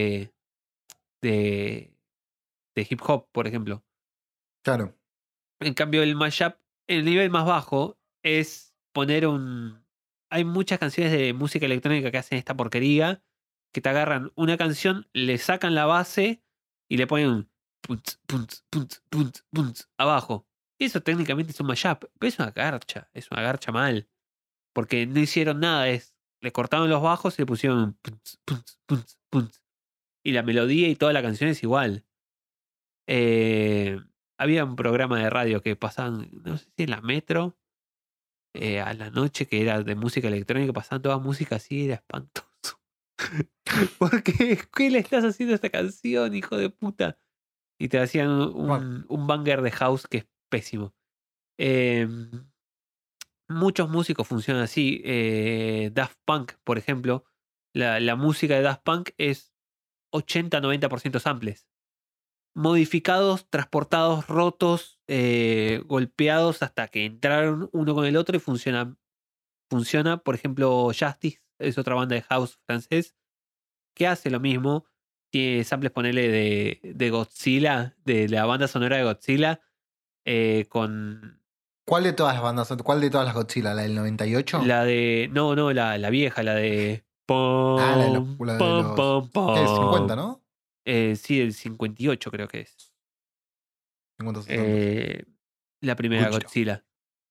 de, de hip hop, por ejemplo. Claro. En cambio, el mashup, el nivel más bajo, es poner un. Hay muchas canciones de música electrónica que hacen esta porquería, que te agarran una canción, le sacan la base y le ponen un punts, punts, punts, punts, punts abajo. Eso técnicamente es un mashup, pero es una garcha mal. Porque no hicieron nada, le cortaron los bajos y le pusieron un punts, punts, punts, punts. Y la melodía y toda la canción es igual. Había un programa de radio que pasaban, no sé si en la metro, a la noche, que era de música electrónica, pasaban toda música así, era espantoso. Porque, ¿qué le estás haciendo a esta canción, hijo de puta? Y te hacían Bueno, un banger de house que es pésimo. Muchos músicos funcionan así. Daft Punk, por ejemplo, la música de Daft Punk es 80-90% samples. Modificados, transportados, rotos, golpeados hasta que entraron uno con el otro y funciona. Funciona, por ejemplo, Justice, es otra banda de house francés, que hace lo mismo. Tiene samples, ponele, de Godzilla, de la banda sonora de Godzilla, con ¿cuál de todas las bandas? ¿Cuál de todas las Godzilla? ¿La del 98? la de. No, la vieja, la de. Ah, Pom, la de pom, los. pom, ¿Qué? 50, pom. ¿no? Sí, el 58 creo que es. 50, 60. Eh, la primera Godzilla. Godzilla.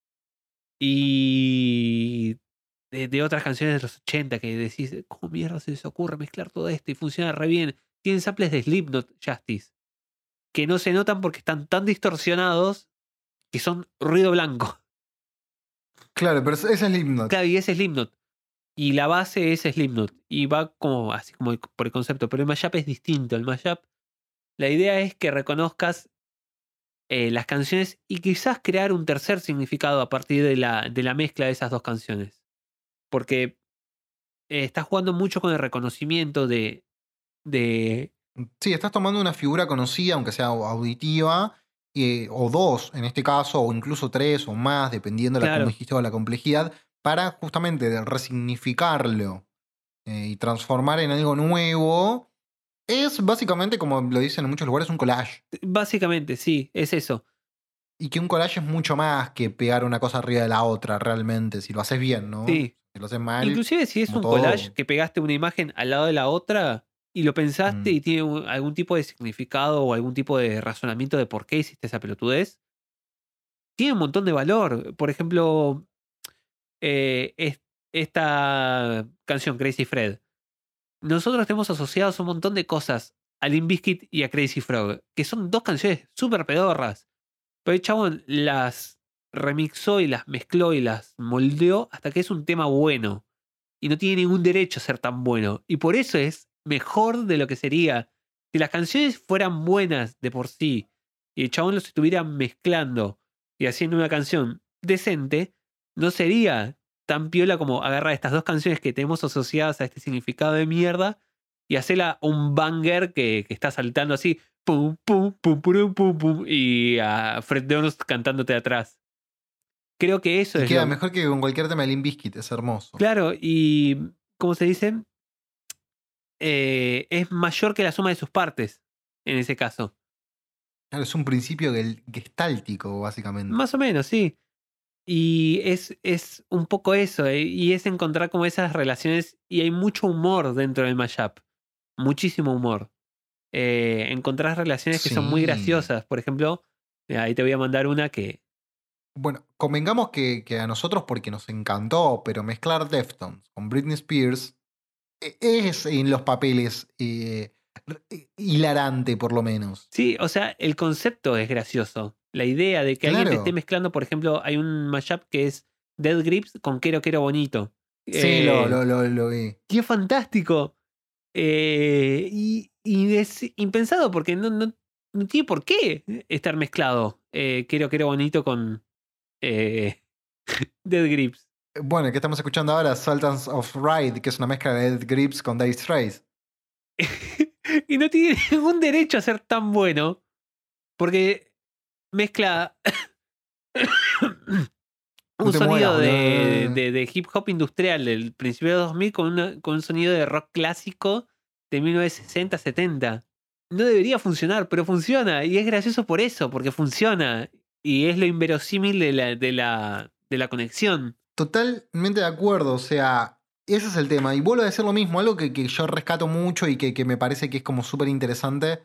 Y de otras canciones de los 80 que decís, ¿cómo mierda se les ocurre mezclar todo esto? Y funciona re bien. Tienen samples de Slipknot, Justice, que no se notan porque están tan distorsionados que son ruido blanco. Claro, pero ese es Slipknot. Claro, y es Slipknot. Y la base es Slipknot. Y va como así como por el concepto. Pero el mashup es distinto. El mashup, la idea es que reconozcas las canciones y quizás crear un tercer significado a partir de la mezcla de esas dos canciones. Porque estás jugando mucho con el reconocimiento de. Sí, estás tomando una figura conocida, aunque sea auditiva, o dos en este caso, o incluso tres o más, dependiendo como Claro, dijiste, o la complejidad, para justamente resignificarlo y transformar en algo nuevo. Es básicamente, como lo dicen en muchos lugares, un collage. básicamente, sí, es eso. Y que un collage es mucho más que pegar una cosa arriba de la otra, realmente, si lo haces bien, ¿no? Sí. Si lo haces mal, Inclusive si es como un collage todo. que pegaste una imagen al lado de la otra y lo pensaste Mm. y tiene algún tipo de significado o algún tipo de razonamiento de por qué hiciste esa pelotudez, tiene un montón de valor. Por ejemplo, esta canción Crazy Fred. Nosotros tenemos asociados un montón de cosas a Limp Bizkit y a Crazy Frog, que son dos canciones súper pedorras. Pero el chabón las remixó y las mezcló y las moldeó hasta que es un tema bueno. Y no tiene ningún derecho a ser tan bueno. Y por eso es mejor de lo que sería. Si las canciones fueran buenas de por sí y el chabón los estuviera mezclando y haciendo una canción decente, no sería tan piola como agarrar estas dos canciones que tenemos asociadas a este significado de mierda y hacerla un banger que está saltando así, pum, pum, pum, pum, pum, pum, y a Fred Durst cantándote atrás. Creo que eso Y es queda lo. mejor que con cualquier tema de Limp Bizkit, es hermoso. Claro, y. ¿Cómo se dice? Es mayor que la suma de sus partes, en ese caso. Claro, es un principio gestáltico, básicamente. Más o menos, sí. Y es un poco eso, y es encontrar como esas relaciones, y hay mucho humor dentro del mashup. Muchísimo humor. Encontrás relaciones que son muy Sí. graciosas. Por ejemplo, ahí te voy a mandar una que. Bueno, convengamos que a nosotros porque nos encantó, pero mezclar Deftones con Britney Spears es en los papeles hilarante, por lo menos. Sí, o sea, el concepto es gracioso. La idea de que alguien te esté Claro. mezclando, por ejemplo, hay un mashup que es Dead Grips con Quiero Quiero Bonito. Sí, lo vi. ¡Qué fantástico! Y es impensado porque no tiene por qué estar mezclado Quiero Bonito con Dead Grips. Bueno, ¿qué estamos escuchando ahora? Sultans of Ride, que es una mezcla de Dead Grips con Dire Straits. Y no tiene ningún derecho a ser tan bueno porque mezcla No un te mueras, sonido boludo. de hip hop industrial del principio de 2000 con un sonido de rock clásico de 1960-70. No debería funcionar, pero funciona. Y es gracioso por eso, porque funciona. Y es lo inverosímil de la conexión. Totalmente de acuerdo, o sea, ese es el tema. Y vuelvo a decir lo mismo, algo que yo rescato mucho y que me parece que es como súper interesante,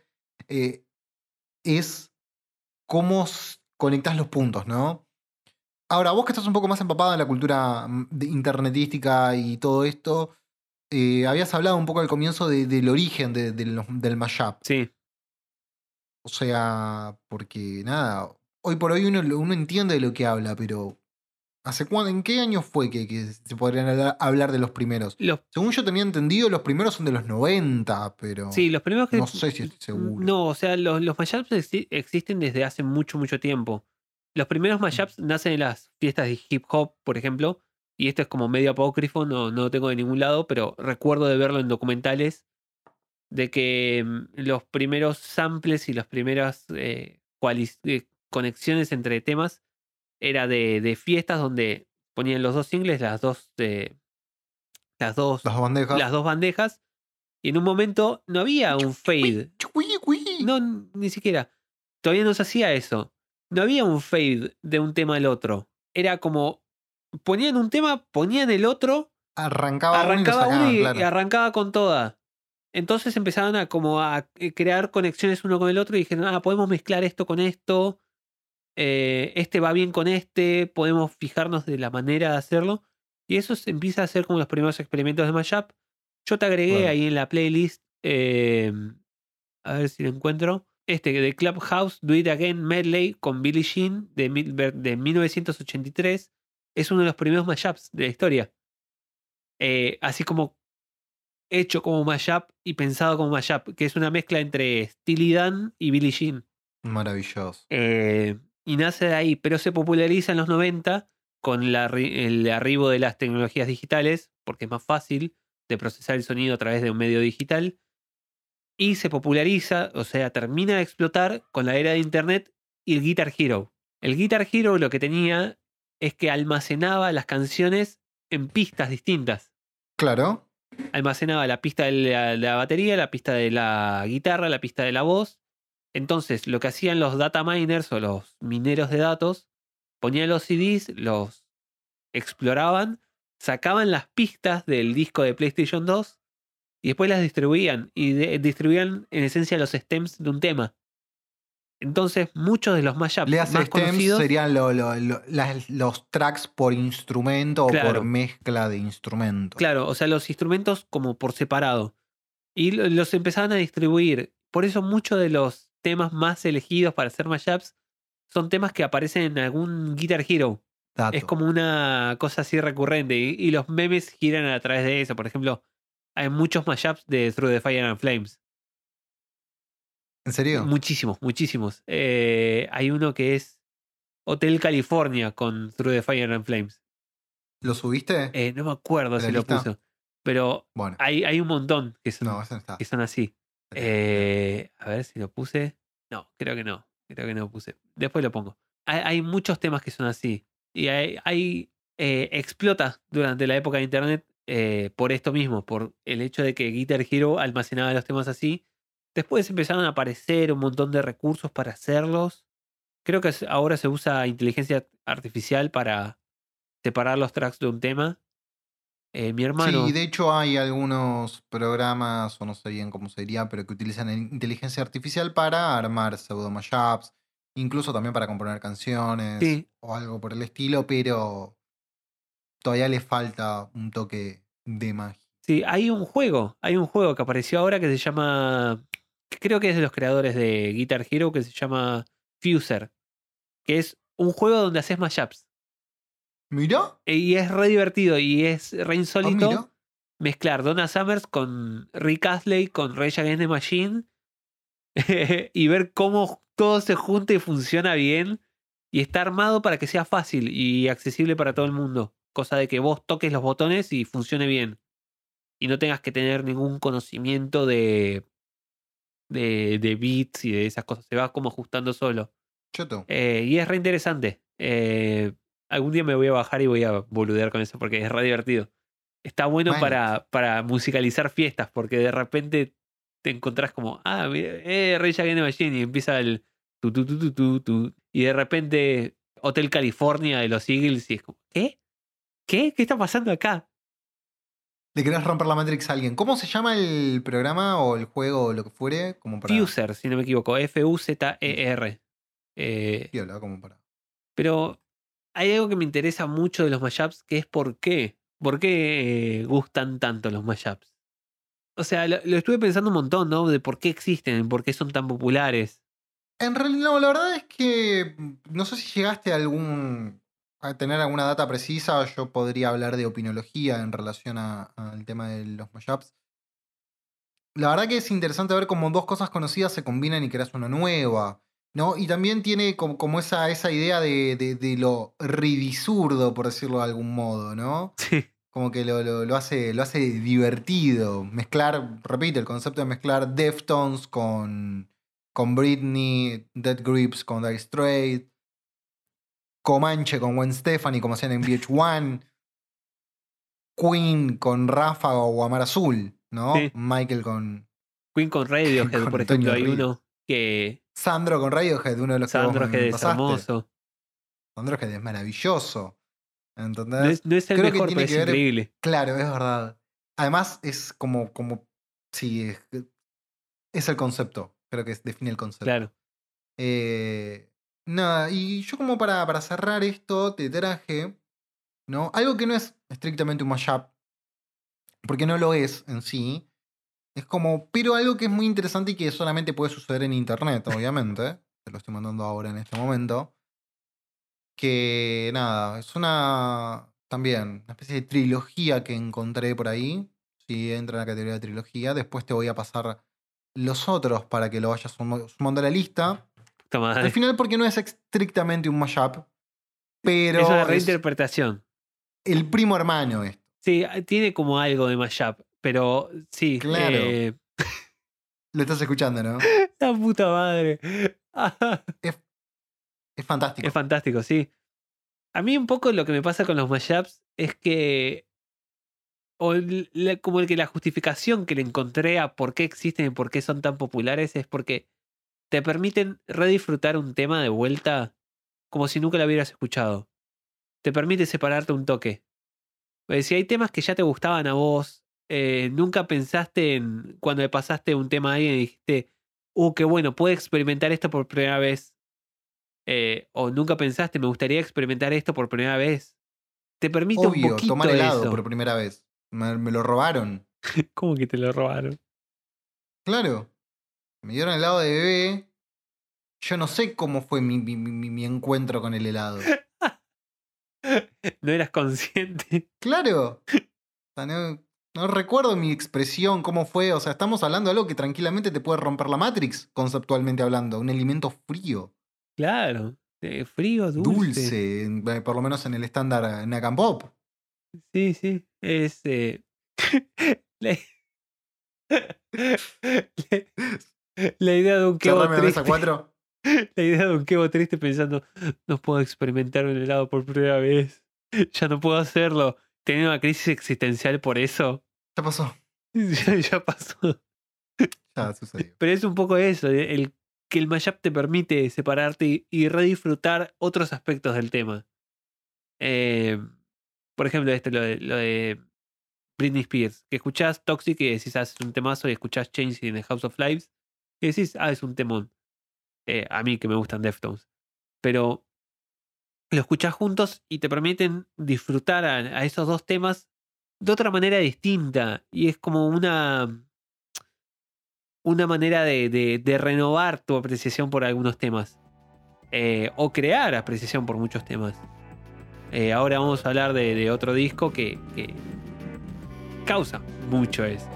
es cómo conectás los puntos, ¿no? Ahora, vos que estás un poco más empapado en la cultura internetística y todo esto, habías hablado un poco al comienzo del origen del mashup. Sí. O sea, porque nada, hoy por hoy uno entiende de lo que habla, pero ¿en qué año fue que se podrían hablar de los primeros? Los, Según yo tenía entendido, los primeros son de los 90, pero sí, los primeros que. no sé si estoy seguro. No, o sea, los mashups existen desde hace mucho, mucho tiempo. Los primeros mashups nacen en las fiestas de hip hop, por ejemplo. Y esto es como medio apócrifo, no lo tengo de ningún lado, pero recuerdo de verlo en documentales de que los primeros samples y las primeras conexiones entre temas era de fiestas donde ponían los dos singles, las dos Las bandejas. bandejas, y en un momento no había un fade. No, ni siquiera. Todavía no se hacía eso. No había un fade de un tema al otro. Era como ponían un tema, ponían el otro, Arrancaba uno y lo arrancaba uno sacaban, y claro. arrancaba con toda. Entonces empezaban a como a crear conexiones uno con el otro y dijeron, podemos mezclar esto con esto, este va bien con este, podemos fijarnos de la manera de hacerlo. Y eso se empieza a hacer como los primeros experimentos de mashup. Yo te agregué Claro. ahí en la playlist, a ver si lo encuentro, de Clubhouse, Do It Again Medley con Billie Jean de 1983. Es uno de los primeros mashups de la historia. Así como hecho como mashup y pensado como mashup, que es una mezcla entre Steely Dan y Billie Jean. Maravilloso. Y nace de ahí, pero se populariza en los 90 con el arribo de las tecnologías digitales, porque es más fácil de procesar el sonido a través de un medio digital. Y se populariza, o sea, termina de explotar con la era de Internet y el Guitar Hero. El Guitar Hero lo que tenía es que almacenaba las canciones en pistas distintas. Claro. Almacenaba la pista de la batería, la pista de la guitarra, la pista de la voz. Entonces, lo que hacían los data miners o los mineros de datos, ponían los CDs, los exploraban, sacaban las pistas del disco de PlayStation 2 y después las distribuían. Y distribuían en esencia los stems de un tema. Entonces, muchos de los mashups Le hace más stems conocidos serían los tracks por instrumento o Claro. por mezcla de instrumentos. Claro, o sea, los instrumentos como por separado. Y los empezaban a distribuir. Por eso muchos de los temas más elegidos para hacer mashups son temas que aparecen en algún Guitar Hero. Dato. Es como una cosa así recurrente. Y los memes giran a través de eso. Por ejemplo, hay muchos mashups de Through the Fire and Flames. ¿En serio? Muchísimos, muchísimos. Hay uno que es Hotel California con Through the Fire and Flames. ¿Lo subiste? No me acuerdo ¿De la si lo lista? puso. Pero Bueno. hay un montón que son, No, ese no está. que son así. A ver si lo puse. No, creo que no. Creo que no lo puse. Después lo pongo. Hay muchos temas que son así. Y explota durante la época de internet por esto mismo, por el hecho de que Guitar Hero almacenaba los temas así. Después empezaron a aparecer un montón de recursos para hacerlos. Creo que ahora se usa inteligencia artificial para separar los tracks de un tema. Mi hermano. Sí, de hecho hay algunos programas, o no sé bien cómo sería, pero que utilizan inteligencia artificial para armar pseudo mashups, incluso también para componer canciones Sí. o algo por el estilo, pero todavía le falta un toque de magia. Sí, hay un juego que apareció ahora que se llama, creo que es de los creadores de Guitar Hero, que se llama Fuser, que es un juego donde haces mashups. ¿Mirá? Y es re divertido y es re insólito. Mirá. mezclar Donna Summers con Rick Astley, con Rage Against the Machine y ver cómo todo se junta y funciona bien y está armado para que sea fácil y accesible para todo el mundo. Cosa de que vos toques los botones y funcione bien. Y no tengas que tener ningún conocimiento de beats y de esas cosas. Se va como ajustando solo. Choto. Y es re interesante. Algún día me voy a bajar y voy a boludear con eso porque es re divertido. Está bueno Bueno. para musicalizar fiestas porque de repente te encontrás como, mira, Rage Against the Machine y empieza el tu, y de repente Hotel California de los Eagles y es como, ¿qué? ¿Qué está pasando acá? Le querés romper la Matrix a alguien. ¿Cómo se llama el programa o el juego o lo que fuere? Como para. Fuser, si no me equivoco, Fuzer. Piola, como para. Pero hay algo que me interesa mucho de los mashups, que es por qué. ¿Por qué gustan tanto los mashups? O sea, lo estuve pensando un montón, ¿no? De por qué existen, por qué son tan populares. En realidad, no, la verdad es que no sé si llegaste a tener alguna data precisa. Yo podría hablar de opinología en relación al tema de los mashups. La verdad que es interesante ver cómo dos cosas conocidas se combinan y creas una nueva, ¿no? Y también tiene como esa idea de lo ridizurdo, por decirlo de algún modo, ¿no? Sí, Como que lo hace divertido. Mezclar, repito, el concepto de mezclar Deftones con Britney, Dead Grips con Dire Straits, Comanche con Gwen Stefani, como hacían en VH1, Queen con Ráfaga o Amar Azul, ¿no? sí. Michael con Queen con Radiohead, con por ejemplo, Antonio hay Ríos. uno que Sandro con Radiohead, uno de los que vos Sandro me Head es pasaste. hermoso. Sandro Head es maravilloso. No ¿Entendés? no es el Creo que mejor, pero tiene es que ver. increíble. Claro, es verdad. Además, es como. Sí, es el concepto. Creo que define el concepto. Claro. Nada, y yo como para cerrar esto, te traje, ¿no? Algo que no es estrictamente un mashup, porque no lo es en sí. Es como, pero algo que es muy interesante y que solamente puede suceder en internet, obviamente. Te lo estoy mandando ahora en este momento. Que nada, es también una especie de trilogía que encontré por ahí. Si entra en la categoría de trilogía. Después te voy a pasar los otros para que lo vayas sumando a la lista. Puta madre. Al final, porque no es estrictamente un mashup, pero Es una es reinterpretación. el primo hermano esto. Sí, tiene como algo de mashup, pero sí. Claro. Lo estás escuchando, ¿no? La puta madre. Es fantástico. Es fantástico, sí. A mí un poco lo que me pasa con los mashups es que como que la justificación que le encontré a por qué existen y por qué son tan populares es porque te permiten redisfrutar un tema de vuelta como si nunca lo hubieras escuchado. Te permite separarte un toque. Si hay temas que ya te gustaban a vos, nunca pensaste en cuando le pasaste un tema a alguien y dijiste, qué bueno, puedo experimentar esto por primera vez. O nunca pensaste, me gustaría experimentar esto por primera vez. Te permite un Obvio, tomar poquito helado eso. por primera vez. Me lo robaron. ¿Cómo que te lo robaron? Claro. Me dieron helado de bebé. Yo no sé cómo fue mi encuentro con el helado. No eras consciente. Claro. O sea, no recuerdo mi expresión, cómo fue. O sea, estamos hablando de algo que tranquilamente te puede romper la Matrix, conceptualmente hablando. Un alimento frío, Claro. Frío, dulce. por lo menos en el estándar Nakam Pop. Sí, sí. Es. La, la idea de un quebo Cerrame la mesa triste. 4. La idea de un quebo triste pensando, no puedo experimentar un helado por primera vez. Ya no puedo hacerlo. Tenía una crisis existencial por eso. Ya pasó. Ya pasó. Ya sucedió. Pero es un poco eso, que el mashup te permite separarte y redisfrutar otros aspectos del tema. Por ejemplo, lo de Britney Spears, que escuchás Toxic y decís, es un temazo, y escuchás Change in the House of Lives y decís, es un temón. A mí que me gustan Deftones. Pero lo escuchás juntos y te permiten disfrutar a esos dos temas de otra manera distinta. Y es como una manera de renovar tu apreciación por algunos temas. O crear apreciación por muchos temas. Ahora vamos a hablar de otro disco que causa mucho eso.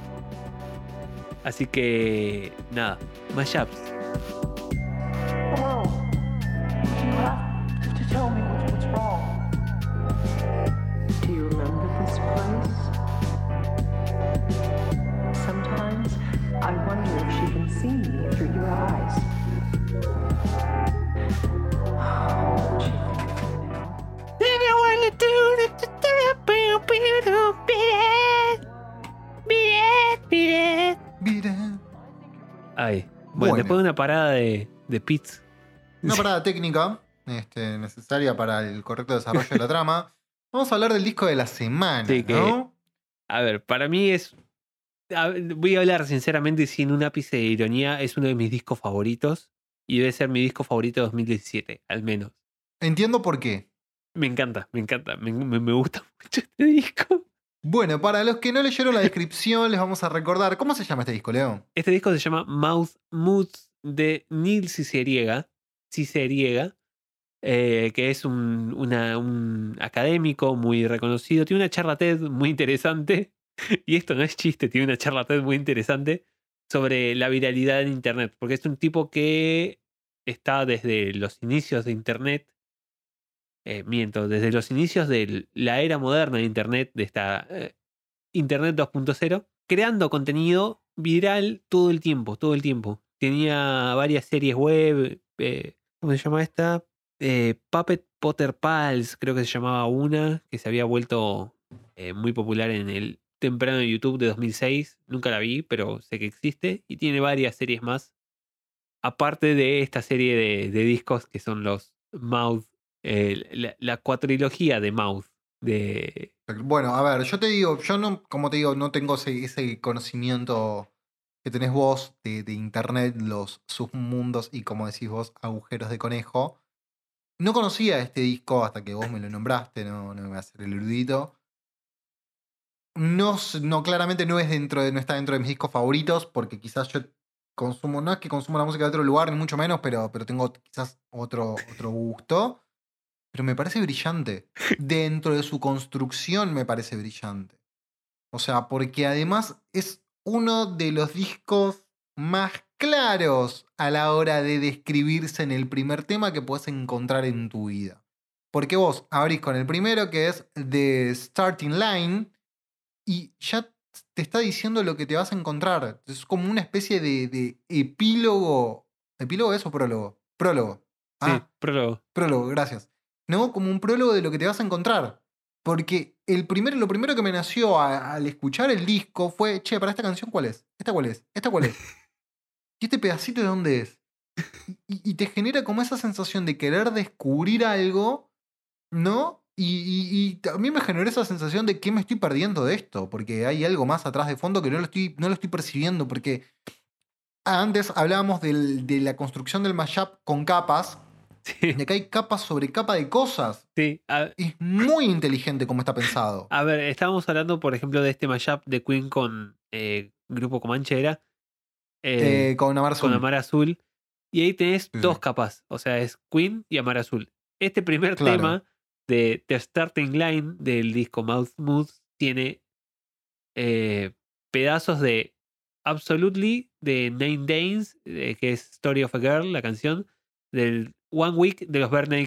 Así que, nada, mashups. Hello. You have to tell me what's wrong. Do you remember this place? Sometimes I wonder if she can see me through your eyes. What would she think of me now? Mira. Ay, bueno, Bueno. después de una parada de pits. Una parada técnica necesaria para el correcto desarrollo de la trama. Vamos a hablar del disco de la semana, Sí, que- ¿no? A ver, para mí es. Voy a hablar sinceramente y sin un ápice de ironía. Es uno de mis discos favoritos. Y debe ser mi disco favorito de 2017, al menos. Entiendo por qué. Me encanta, me encanta. Me gusta mucho este disco. Bueno, para los que no leyeron la descripción, les vamos a recordar. ¿Cómo se llama este disco, Leo? Este disco se llama Mouth Moods de Neil Ciceriega, que es un académico muy reconocido. Tiene una charla TED muy interesante. Y esto no es chiste, tiene una charla TED muy interesante sobre la viralidad en Internet. Porque es un tipo que está desde los inicios de Internet. Desde los inicios de la era moderna de Internet, de esta Internet 2.0, creando contenido viral todo el tiempo, todo el tiempo. Tenía varias series web, ¿cómo se llama esta? Puppet Potter Pals, creo que se llamaba una, que se había vuelto muy popular en el temprano de YouTube de 2006. Nunca la vi, pero sé que existe. Y tiene varias series más, aparte de esta serie de discos que son los Mouth, la cuatrilogía de Mouth. Bueno, a ver, yo te digo, yo no, como te digo, no tengo ese conocimiento que tenés vos de internet, los submundos y, como decís vos, agujeros de conejo. No conocía este disco hasta que vos me lo nombraste, no me voy a hacer el erudito. No, claramente no está dentro de mis discos favoritos, porque quizás yo consumo, no es que consumo la música de otro lugar, ni mucho menos, pero tengo quizás otro gusto. Pero me parece brillante. Dentro de su construcción me parece brillante. O sea, porque además es uno de los discos más claros a la hora de describirse en el primer tema que puedes encontrar en tu vida. Porque vos abrís con el primero, que es The Starting Line, y ya te está diciendo lo que te vas a encontrar. Es como una especie de epílogo. ¿Epílogo es o prólogo? Prólogo. Sí, prólogo. Prólogo, gracias. ¿No? Como un prólogo de lo que te vas a encontrar. Porque lo primero que me nació al escuchar el disco fue, che, ¿para esta canción cuál es? ¿Esta cuál es? ¿Esta cuál es? ¿Y este pedacito de dónde es? Y te genera como esa sensación de querer descubrir algo, ¿no? Y también me generó esa sensación de que me estoy perdiendo de esto, porque hay algo más atrás de fondo que no lo estoy percibiendo, porque antes hablábamos de la construcción del mashup con capas. Sí. Y acá hay capa sobre capa de cosas. Sí. Es muy inteligente como está pensado. A ver, estábamos hablando, por ejemplo, de este mashup de Queen con Grupo Comanche, ¿era? Con Amar Azul. Con Amar Azul. Y ahí tenés Sí, dos sí. capas. O sea, es Queen y Amar Azul. Este primer Claro. tema de The Starting Line del disco Mouth Moods tiene pedazos de Absolutely, de Nine Days, que es Story of a Girl, la canción, del One Week de los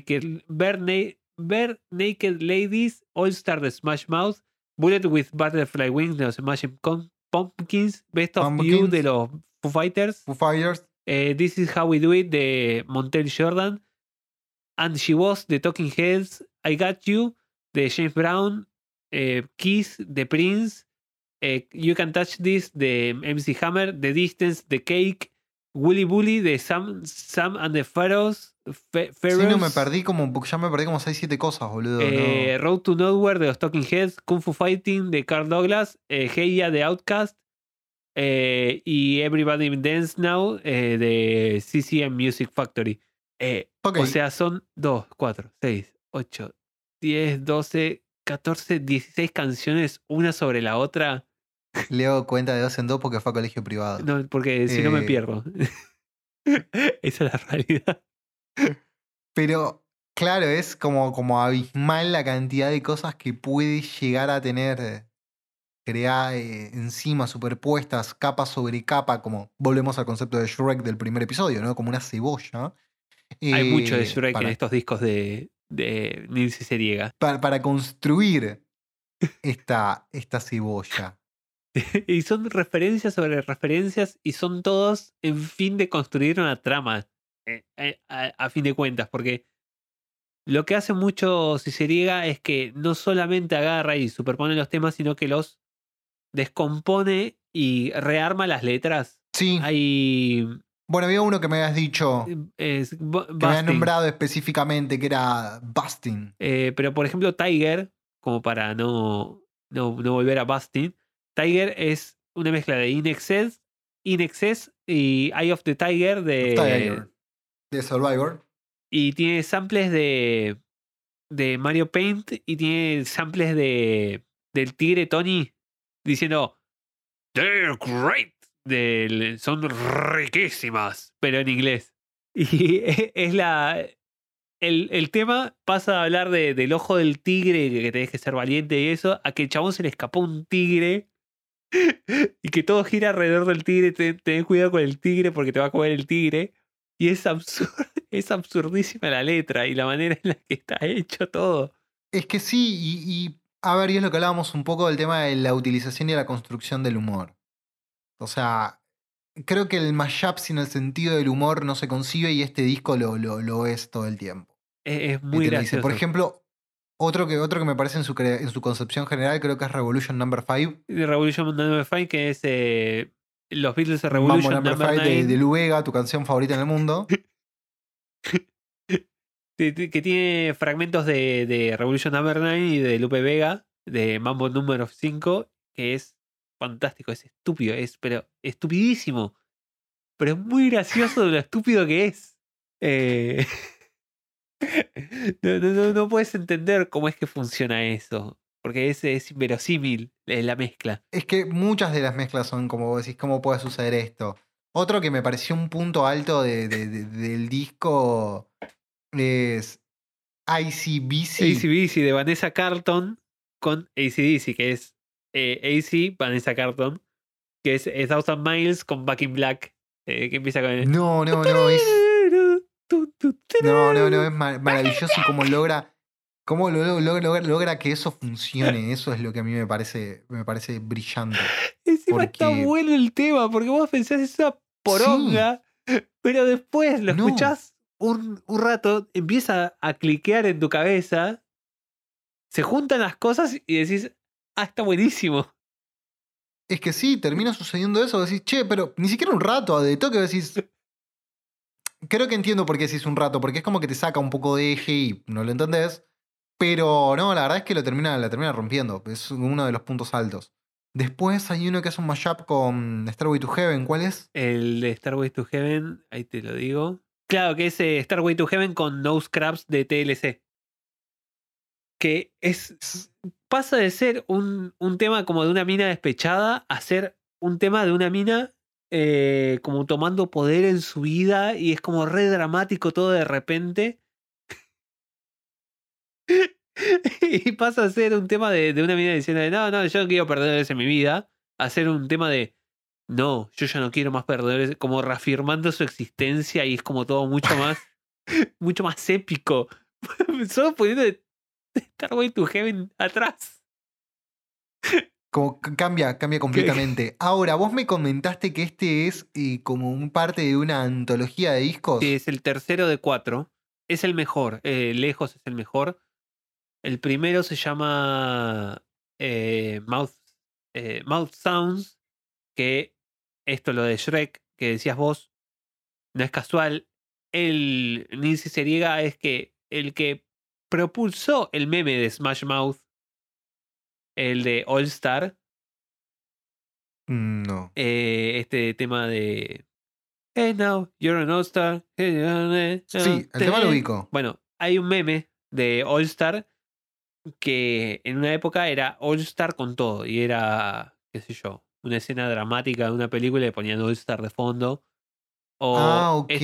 Bare Naked Ladies, All Star de Smash Mouth, Bullet with Butterfly Wings de los Smashing Pumpkins, Best of You Pumpkins. de los Foo Fighters, Foo Fighters. This is How We Do It de Montel Jordan, And She Was de Talking Heads, I Got You de James Brown, Kiss de Prince, You Can Touch This de MC Hammer, The Distance de Cake, Willy Bully de Sam and the Pharaohs. Sí, no, me perdí como 6-7 cosas, boludo. No. Road to Nowhere de los Talking Heads, Kung Fu Fighting de Carl Douglas, Hey Ya de Outkast, y Everybody Dance Now de CCM Music Factory. Ok. O sea, son 2, 4, 6, 8, 10, 12, 14, 16 canciones, una sobre la otra. Leo cuenta de 2 en 2 porque fue a colegio privado. No, porque si no me pierdo. Esa es la realidad. Pero, claro, es como abismal la cantidad de cosas que puede llegar a tener encima, superpuestas, capa sobre capa, como volvemos al concepto de Shrek del primer episodio, ¿no? Como una cebolla. Hay mucho de Shrek en Para, estos discos de Nils y Seriega. para construir esta cebolla. Y son referencias sobre referencias y son todos en fin de construir una trama, a fin de cuentas, porque lo que hace mucho Ciceriega es que no solamente agarra y superpone los temas, sino que los descompone y rearma las letras. Sí. Hay Bueno, había uno que me habías dicho, que me habías busting. nombrado específicamente, que era Busting. Pero por ejemplo Tiger, como para no volver a Busting, Tiger es una mezcla de In Excess y Eye of the Tiger Tiger, de Survivor. y tiene samples de Mario Paint y tiene samples del tigre Tony diciendo "They're great", son riquísimas, pero en inglés. Y es el tema pasa a hablar del ojo del tigre, que tenés que ser valiente y eso, a que el chabón se le escapó un tigre y que todo gira alrededor del tigre. Tenés cuidado con el tigre porque te va a comer el tigre. Y es es absurdísima la letra y la manera en la que está hecho todo. Es que sí, y a ver, y es lo que hablábamos un poco del tema de la utilización y la construcción del humor. O sea, creo que el mashup sin el sentido del humor no se concibe y este disco lo es todo el tiempo. Es Y muy te lo dice. gracioso. Por ejemplo, otro que me parece en su concepción general, creo que es Revolution Number 5. De Revolution Number 5, que es los Beatles de Mambo Revolution Number Number 5 9. de Lou Bega, tu canción favorita en el mundo. Que tiene fragmentos de Revolution Number 9 y de Lupe Vega, de Mambo número 5, que es fantástico, es estúpido, pero estupidísimo. Pero es muy gracioso de lo estúpido que es. No puedes entender cómo es que funciona eso, porque es inverosímil la mezcla. Es que muchas de las mezclas son como vos decís, ¿cómo puede suceder esto? Otro que me pareció un punto alto del disco es ICBC. AC/DC de Vanessa Carlton con AC/DC, que es AC, Vanessa Carlton, que es A Thousand Miles con Back in Black, que empieza con el... No, es maravilloso y cómo logra que eso funcione. Eso es lo que a mí me parece brillante. Encima está Porque- bueno el tema, porque vos pensás esa poronga, pero después lo No. escuchás un rato, empieza a cliquear en tu cabeza, se juntan las cosas y decís, está buenísimo. Es que sí, termina sucediendo eso. Decís, che, pero ni siquiera un rato, de toque decís. Creo que entiendo por qué decís un rato, porque es como que te saca un poco de eje y no lo entendés. Pero no, la verdad es que la termina rompiendo. Es uno de los puntos altos. Después hay uno que hace un mashup con Starway to Heaven. ¿Cuál es? El de Starway to Heaven, ahí te lo digo. Claro, que es Starway to Heaven con No Scraps de TLC. Que pasa de ser un tema como de una mina despechada a ser un tema de una mina como tomando poder en su vida y es como re dramático todo de repente. Y pasa a ser un tema de una mina diciendo no, yo no quiero perdedores en mi vida, a ser un tema de no, yo ya no quiero más perdedores, como reafirmando su existencia y es como todo mucho más mucho más épico. Solo poniendo Starway to Heaven atrás. Como cambia completamente. Ahora, vos me comentaste que este es como un parte de una antología de discos. Sí, es el tercero de 4. Es el mejor, lejos es el mejor. El primero se llama Mouth Sounds, que esto lo de Shrek, que decías vos, no es casual. El Nancy Seriega es que el que propulsó el meme de Smash Mouth, el de All Star, No. este tema de Hey now, you're an all-star. Sí, el tema lo ubico. Bueno, hay un meme de All Star que en una época era All Star con todo y era, qué sé yo, una escena dramática de una película y ponían All Star de fondo. O Ok,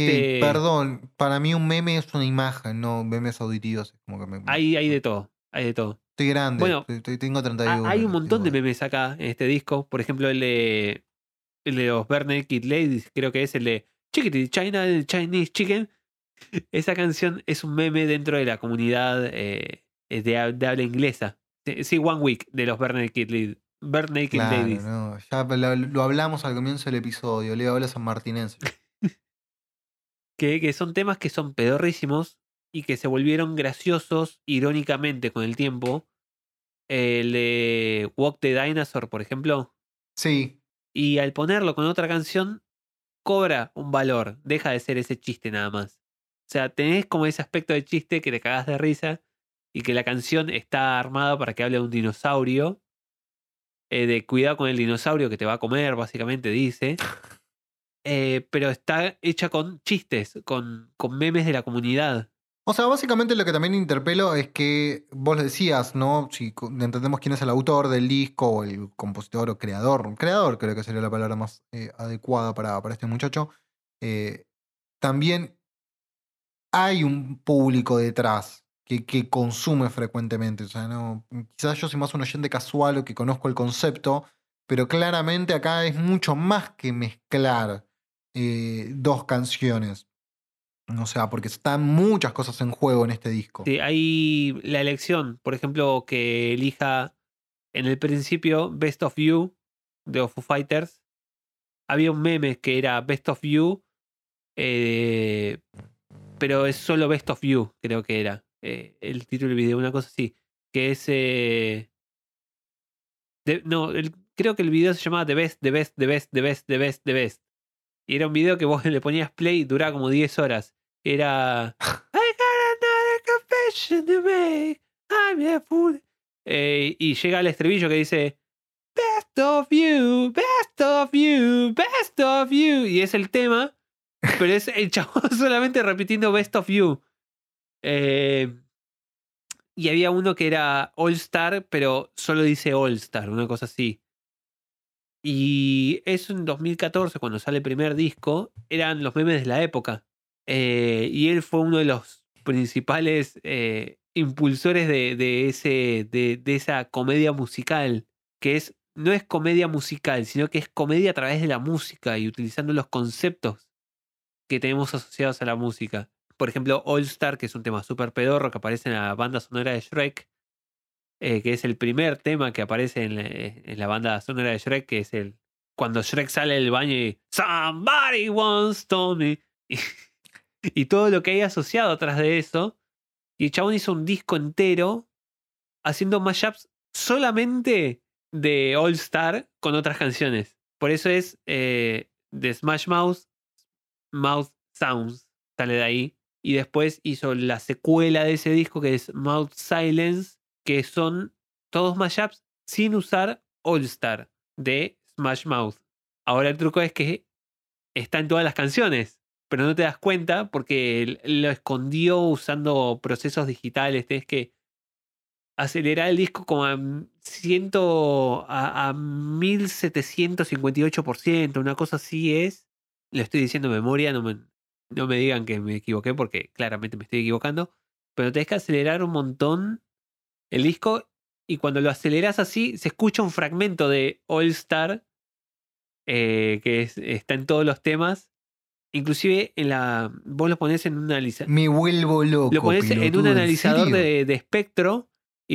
perdón. Para mí un meme es una imagen, no memes auditivos. Es como que hay de todo, hay de todo. Estoy grande, Bueno, tengo 31. hay un montón de igual. memes acá en este disco. Por ejemplo, el de los Bare Naked Ladies, creo que es el de Chickity China, el Chinese Chicken. Esa canción es un meme dentro de la comunidad de habla inglesa. Sí, One Week de los Bare Naked Claro, Ladies. no. Ya lo hablamos al comienzo del episodio. Leo habla San Martinense. Que son temas que son pedorrísimos y que se volvieron graciosos irónicamente con el tiempo. El de Walk the Dinosaur, por ejemplo. Sí. Y al ponerlo con otra canción, cobra un valor. Deja de ser ese chiste nada más. O sea, tenés como ese aspecto de chiste que te cagás de risa y que la canción está armada para que hable de un dinosaurio. De cuidado con el dinosaurio que te va a comer, básicamente dice. Pero está hecha con chistes, con memes de la comunidad. O sea, básicamente lo que también interpelo es que vos lo decías, ¿no? Si entendemos quién es el autor del disco o el compositor o creador. Creador creo que sería la palabra más adecuada para este muchacho. También hay un público detrás que consume frecuentemente. O sea, no, quizás yo soy más un oyente casual o que conozco el concepto, pero claramente acá es mucho más que mezclar dos canciones. O sea, porque están muchas cosas en juego en este disco. Sí, hay la elección, por ejemplo, que elija en el principio Best of You de Foo Fighters. Había un meme que era Best of You, pero es solo Best of You, creo que era el título del video, una cosa así. Que es. No, creo que el video se llamaba The Best, The Best, The Best, The Best, The Best, The Best. Y era un video que vos le ponías play y duraba como 10 horas. Era. I got another confession to make. I'm a fool. Y llega el estribillo que dice. Best of you, best of you, best of you. Y es el tema, pero es el chabón solamente repitiendo best of you. Y había uno que era All Star, pero solo dice All Star, una cosa así. Y eso en 2014, cuando sale el primer disco, eran los memes de la época. Y él fue uno de los principales impulsores de esa comedia musical, que no es comedia musical, sino que es comedia a través de la música y utilizando los conceptos que tenemos asociados a la música. Por ejemplo, All Star, que es un tema súper pedorro que aparece en la banda sonora de Shrek, que es el primer tema que aparece en la banda sonora de Shrek, que es el cuando Shrek sale del baño y Somebody once told me. Y todo lo que hay asociado atrás de eso. Y el chabón hizo un disco entero haciendo mashups solamente de All Star con otras canciones. Por eso es de Smash Mouth Sounds, sale de ahí. Y después hizo la secuela de ese disco que es Mouth Silence, que son todos mashups sin usar All Star de Smash Mouth. Ahora el truco es que está en todas las canciones, pero no te das cuenta porque lo escondió usando procesos digitales. Tienes que acelerar el disco como a 1758%, una cosa así es. Lo estoy diciendo de memoria, no me digan que me equivoqué porque claramente me estoy equivocando, pero tenés que acelerar un montón el disco y cuando lo aceleras así se escucha un fragmento de All Star que está en todos los temas. Inclusive vos lo ponés en un analizador. Me vuelvo loco. Lo ponés en un pelotudo, ¿en analizador serio? de espectro y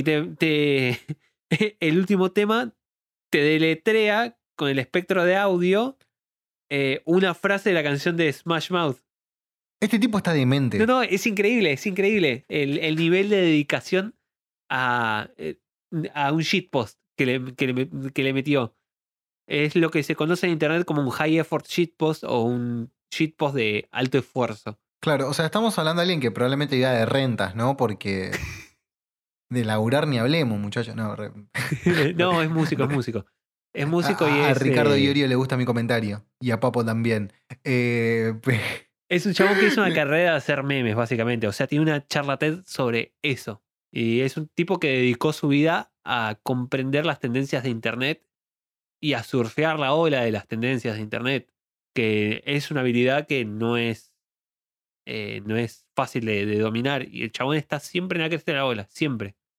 el último tema te deletrea con el espectro de audio una frase de la canción de Smash Mouth. Este tipo está demente. No, es increíble, es increíble el nivel de dedicación a un shitpost que le metió. Es lo que se conoce en internet como un high effort shitpost o un shitpost de alto esfuerzo. Claro, o sea, estamos hablando de alguien que probablemente viva de rentas, ¿no? Porque de laburar ni hablemos, muchachos. No, No, es músico, es músico. Es músico y a es. Ricardo Iorio le gusta mi comentario. Y a Papo también. Es un chabón que hizo una carrera de hacer memes, básicamente. O sea, tiene una charla TED sobre eso. Y es un tipo que dedicó su vida a comprender las tendencias de internet y a surfear la ola de las tendencias de internet. Que es una habilidad que no es fácil de dominar. Y el chabón está siempre en la cresta de la ola, siempre.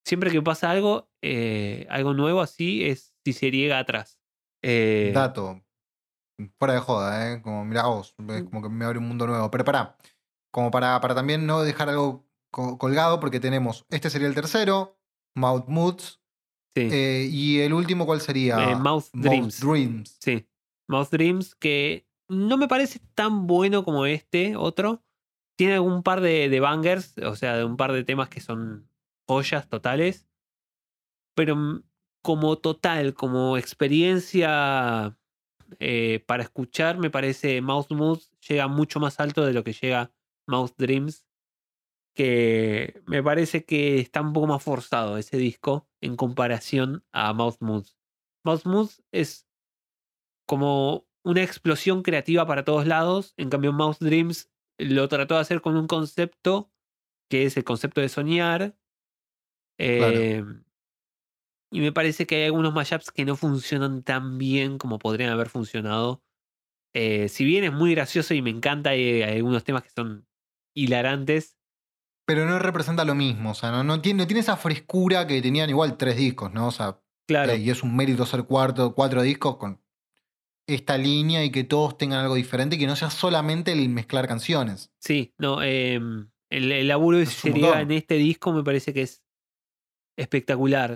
siempre que pasa algo nuevo así, es si se llega atrás. Dato, fuera de joda, como mirá vos, es como que me abre un mundo nuevo. Pero pará, como para también no dejar algo colgado, porque tenemos, este sería el tercero, Mouth Moods, Sí. y el último, ¿cuál sería? Mouth Mouth Dreams. Dreams. Sí. Mouth Dreams, que no me parece tan bueno como este otro. Tiene un par de bangers, o sea, de un par de temas que son joyas totales. Pero como total, como experiencia para escuchar, me parece Mouth Moods llega mucho más alto de lo que llega Mouth Dreams. Que me parece que está un poco más forzado ese disco en comparación a Mouth Moods. Mouth Moods es como una explosión creativa para todos lados. En cambio, Mouse Dreams lo trató de hacer con un concepto que es el concepto de soñar. Claro. Y me parece que hay algunos mashups que no funcionan tan bien como podrían haber funcionado. Si bien es muy gracioso y me encanta, y hay algunos temas que son hilarantes. Pero no representa lo mismo, o sea, no tiene esa frescura que tenían igual 3 discos, ¿no? O sea, Claro, y es un mérito ser 4 discos con esta línea y que todos tengan algo diferente y que no sea solamente el mezclar canciones. sí, no. El laburo de Es un seriedad en montón. este disco me parece que es espectacular.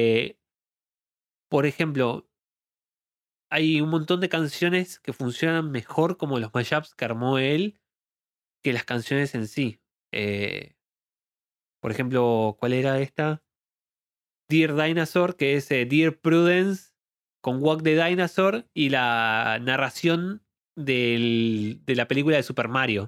Por ejemplo, hay un montón de canciones que funcionan mejor como los mashups que armó él que las canciones en sí. Eh, por ejemplo, ¿cuál era esta? Dear Dinosaur, que es Dear Prudence con Walk the Dinosaur y la narración de la película de Super Mario.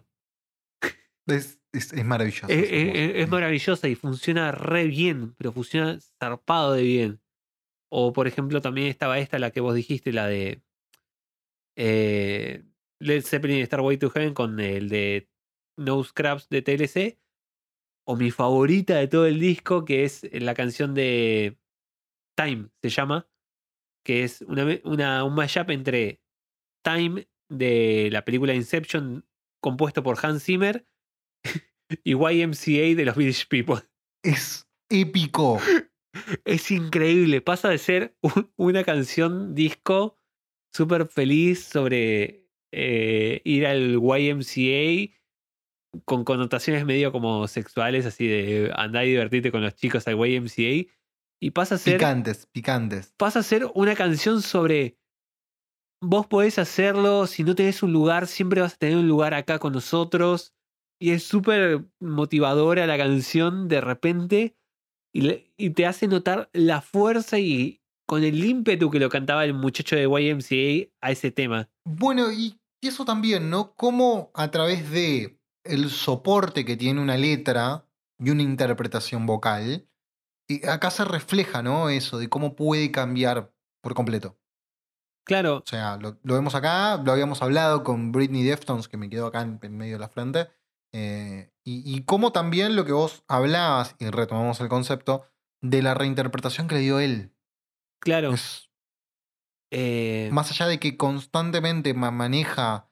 Es maravilloso, es hermoso. Es maravillosa y funciona re bien, pero funciona zarpado de bien. O por ejemplo también estaba esta, la que vos dijiste, la de Led Zeppelin Starway to Heaven con el de No Scraps de TLC. O mi favorita de todo el disco, que es la canción de Time, se llama. Que es un mashup entre Time de la película Inception, compuesto por Hans Zimmer, y YMCA de los Village People. Es épico. Es increíble. Pasa de ser una canción disco súper feliz sobre ir al YMCA con connotaciones medio como sexuales, así de andar y divertirte con los chicos al YMCA. Y Picantes, picantes. pasa a ser una canción sobre vos podés hacerlo, si no tenés un lugar, siempre vas a tener un lugar acá con nosotros. Y es súper motivadora la canción de repente y te hace notar la fuerza y con el ímpetu que lo cantaba el muchacho de YMCA a ese tema. Bueno, y eso también, ¿no? Cómo a través de el soporte que tiene una letra y una interpretación vocal, y acá se refleja, ¿no? Eso, de cómo puede cambiar por completo. Claro, O sea, lo vemos acá, lo habíamos hablado con Britney Deftones, que me quedó acá en medio de la frente. Y cómo también lo que vos hablabas, y retomamos el concepto, de la reinterpretación que le dio él. claro. Es eh, más allá de que constantemente maneja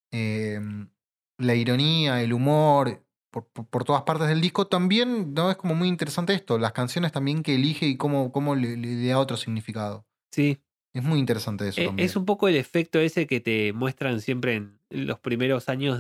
la ironía, el humor por todas partes del disco, también ¿no? Es como muy interesante esto, las canciones también que elige y cómo le da otro significado. sí. Es muy interesante eso Es también. un poco el efecto ese que te muestran siempre en los primeros años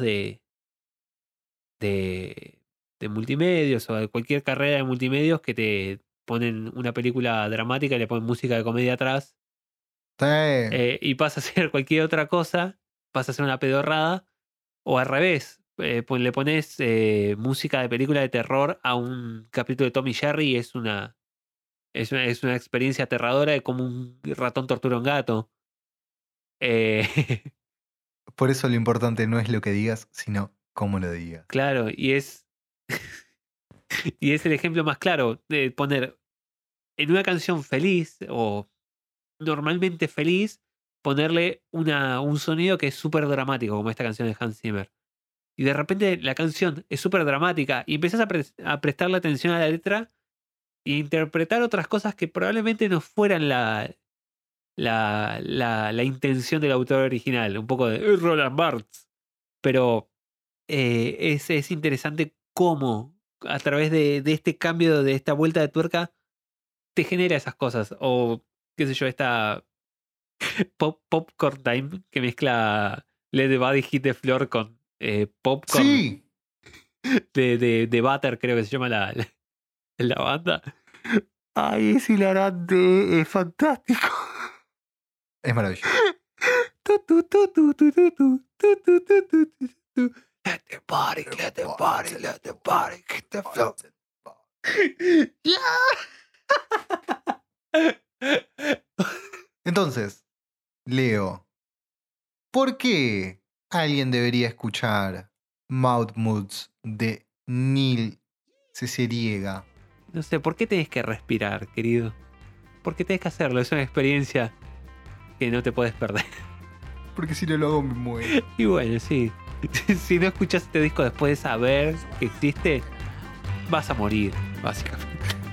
de, de multimedios o de cualquier carrera de multimedios que te ponen una película dramática y le ponen música de comedia atrás Sí. y pasa a ser cualquier otra cosa, pasa a ser una pedorrada o al revés. Le pones música de película de terror a un capítulo de Tom y Jerry y es una experiencia aterradora de cómo un ratón tortura a un gato. Eh, Por eso lo importante no es lo que digas, sino cómo lo digas. claro, y es el ejemplo más claro de poner en una canción feliz o normalmente feliz, ponerle un sonido que es súper dramático, como esta canción de Hans Zimmer. Y de repente la canción es súper dramática y empezás a prestarle atención a la letra e interpretar otras cosas que probablemente no fueran la intención del autor original. Un poco de Roland Barthes. Pero es interesante cómo a través de este cambio, de esta vuelta de tuerca, te genera esas cosas. O, qué sé yo, esta Popcorn Time que mezcla Let the Body Hit the Floor con Popcorn Sí, de Butter, creo que se llama la banda. Ay, es hilarante, es fantástico. es maravilloso. Let the body hit the floor. Entonces, Leo, ¿por qué alguien debería escuchar Mouth Moods de Neil Ciceriega? No sé, ¿por qué tenés que respirar, querido? ¿Por qué tenés que hacerlo? Es una experiencia que no te puedes perder. Porque si no lo hago me muero. Y bueno, sí. Si no escuchas este disco después de saber que existe, vas a morir, básicamente.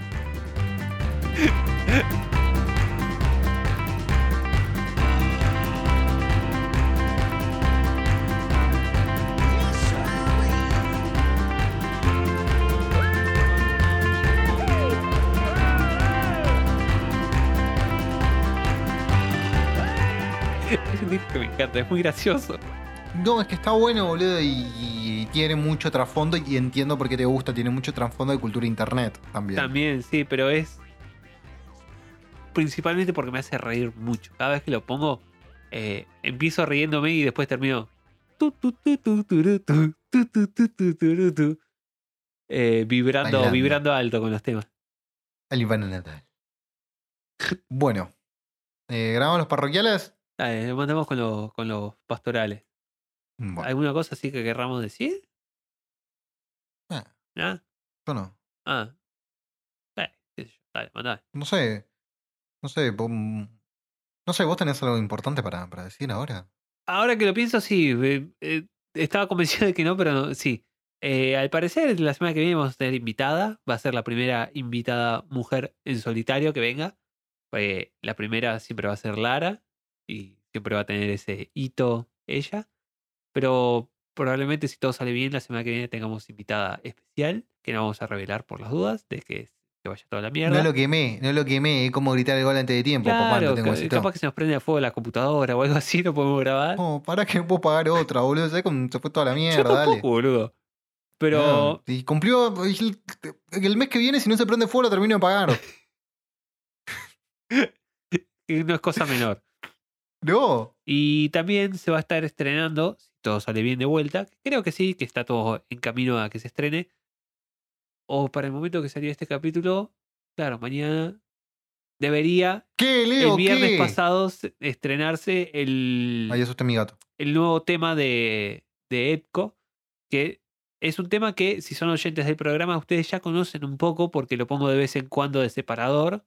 Es un disco que me encanta, es muy gracioso. No, es que está bueno, boludo, y tiene mucho trasfondo y entiendo por qué te gusta. Tiene mucho trasfondo de cultura internet también. También, sí, pero es principalmente porque me hace reír mucho. Cada vez que lo pongo, empiezo riéndome y después termino Bailando. vibrando alto con los temas. El Iván Natal. Bueno, ¿grabamos los parroquiales? Dale, mandamos con los pastorales. Bueno, ¿Alguna cosa así que querramos decir? ¿Ah? yo no. Ah. Qué sé yo. Dale, mandá. No sé. No sé, no sé, ¿vos tenés algo importante para decir ahora? Ahora que lo pienso, sí. Estaba convencido de que no, pero no, sí. Al parecer, la semana que viene vamos a tener invitada. Va a ser la primera invitada mujer en solitario que venga. La primera siempre va a ser Lara. Y siempre va a tener ese hito ella. Pero probablemente, si todo sale bien, la semana que viene tengamos invitada especial. Que no vamos a revelar por las dudas de que se vaya toda la mierda. No lo quemé, es como gritar el gol antes de tiempo, papá, Claro, lo tengo así todo. capaz que se nos prende a fuego la computadora o algo así, no podemos grabar. No, pará que me puedo pagar otra, boludo. ¿Sabés cómo se fue toda la Yo mierda? tampoco, Dale. boludo. Pero No, y cumplió el mes que viene, si no se prende fuego, lo termino de pagar. no es cosa menor. No. Y también se va a estar estrenando, si todo sale bien de vuelta, creo que sí, que está todo en camino a que se estrene. O para el momento que salió este capítulo, claro, mañana debería, ¿Qué, Leo? el viernes ¿Qué? pasado, estrenarse Ahí asusté a mi gato. el nuevo tema de Edco, que es un tema que, si son oyentes del programa, ustedes ya conocen un poco porque lo pongo de vez en cuando de separador.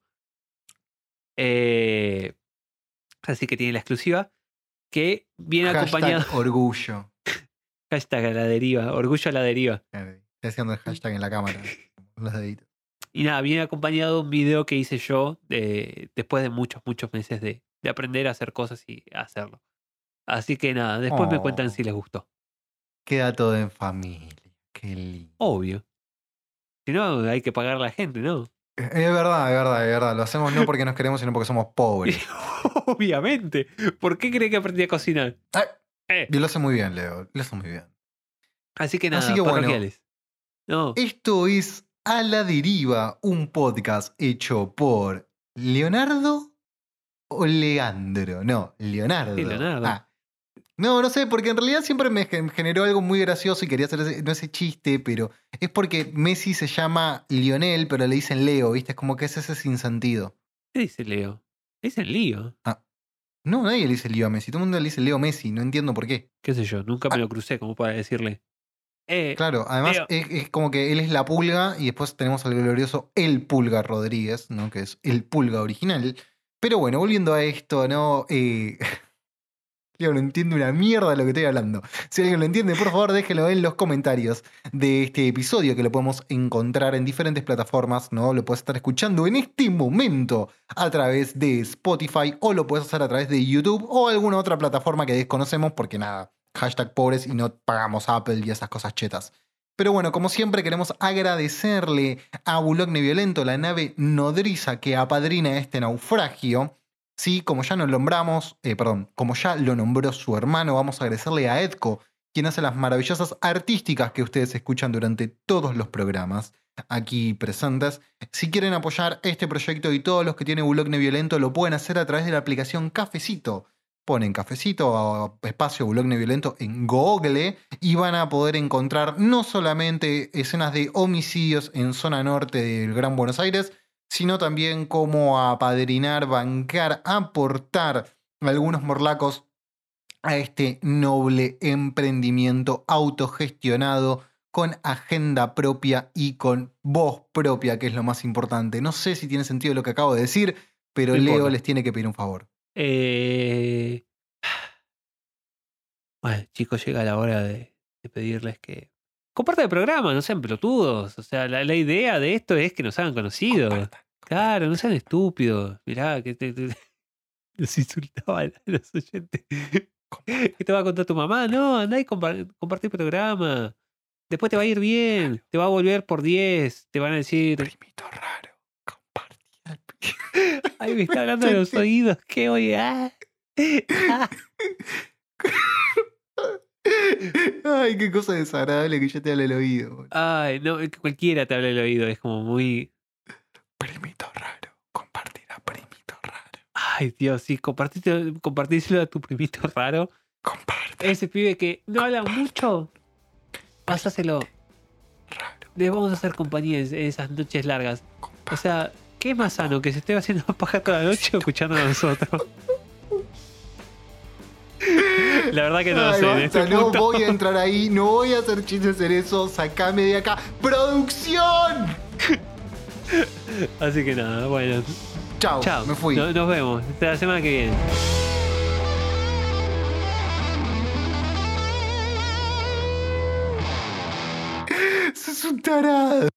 Así que tiene la exclusiva, que viene acompañado. Hashtag orgullo. Hashtag a la deriva, orgullo a la deriva. Estoy haciendo el hashtag en la cámara. Los deditos. Y nada, viene acompañado de un video que hice yo después de muchos meses de aprender a hacer cosas y hacerlo. Así que nada, después me cuentan si les gustó. Queda todo en familia. Qué lindo. Obvio. Si no, hay que pagar a la gente, ¿no? Es verdad. Lo hacemos no porque nos queremos, sino porque somos pobres. Obviamente. ¿Por qué cree que aprendí a cocinar? Y lo hace muy bien, Leo. Lo hace muy bien. Así que nada, Así que bueno. parroquiales. No, Esto es A la Deriva, un podcast hecho por Leonardo o Leandro. No, Leonardo. Sí, Leonardo. No sé, porque en realidad siempre me generó algo muy gracioso y quería hacer ese chiste, pero es porque Messi se llama Lionel, pero le dicen Leo, ¿viste? Es como que es ese sinsentido. ¿qué dice Leo? Es el lío. No, nadie le dice Leo a Messi, todo el mundo le dice Leo Messi, no entiendo por qué. ¿Qué sé yo? Nunca me lo crucé como para decirle. Claro, además Leo. es como que él es la Pulga y después tenemos al glorioso El Pulga Rodríguez, ¿no? Que es el Pulga original. Pero bueno, volviendo a esto, ¿no? Leo no entiende una mierda de lo que estoy hablando. Si alguien lo entiende, por favor, déjelo en los comentarios de este episodio, que lo podemos encontrar en diferentes plataformas, ¿no? Lo puedes estar escuchando en este momento a través de Spotify o lo puedes hacer a través de YouTube o alguna otra plataforma que desconocemos porque nada, hashtag pobres y no pagamos Apple y esas cosas chetas. Pero bueno, como siempre queremos agradecerle a Boulogne Violento, la nave nodriza que apadrina este naufragio. Sí, como ya nos nombramos, como ya lo nombró su hermano, vamos a agradecerle a Edco, quien hace las maravillosas artísticas que ustedes escuchan durante todos los programas aquí presentes. Si quieren apoyar este proyecto y todos los que tiene Boulogne Violento, lo pueden hacer a través de la aplicación Cafecito. Ponen Cafecito o espacio Boulogne Violento en Google y van a poder encontrar no solamente escenas de homicidios en zona norte del Gran Buenos Aires, sino también cómo apadrinar, bancar, aportar algunos morlacos a este noble emprendimiento autogestionado con agenda propia y con voz propia, que es lo más importante. No sé si tiene sentido lo que acabo de decir, pero No Leo importa. les tiene que pedir un favor. Bueno, chicos, llega la hora de pedirles que compartan el programa, no sean pelotudos. O sea, la idea de esto es que nos hagan conocidos. Compartan. Claro, no sean estúpidos. Mirá, que los insultaban a los oyentes. ¿Qué te va a contar tu mamá? No, andá y compartí el programa. Después te va a ir bien. Te va a volver por 10. Te van a decir, Primito raro. Compartí. ay, me está hablando de los oídos. ¿Qué oye? Ah. Ah. Ay, qué cosa desagradable que yo te hable el oído. boludo. Ay, no, que cualquiera te habla el oído. Es como muy... Primito raro. Compartirá primito raro. Ay, Dios, sí, compartíselo a tu primito raro. Comparte. Ese pibe que no habla mucho, pásaselo. Raro. Le vamos a hacer compañía en esas noches largas. O sea, ¿qué es más sano? ¿Que se esté haciendo paja toda la noche o escuchando a nosotros? La verdad que no lo Ay, sé. En basta, este no punto. voy a entrar ahí, no voy a hacer chistes en eso, sacame de acá. ¡Producción! Así que nada, bueno. Chao, Chao. me fui. Nos vemos. Hasta la semana que viene. Sos un tarado.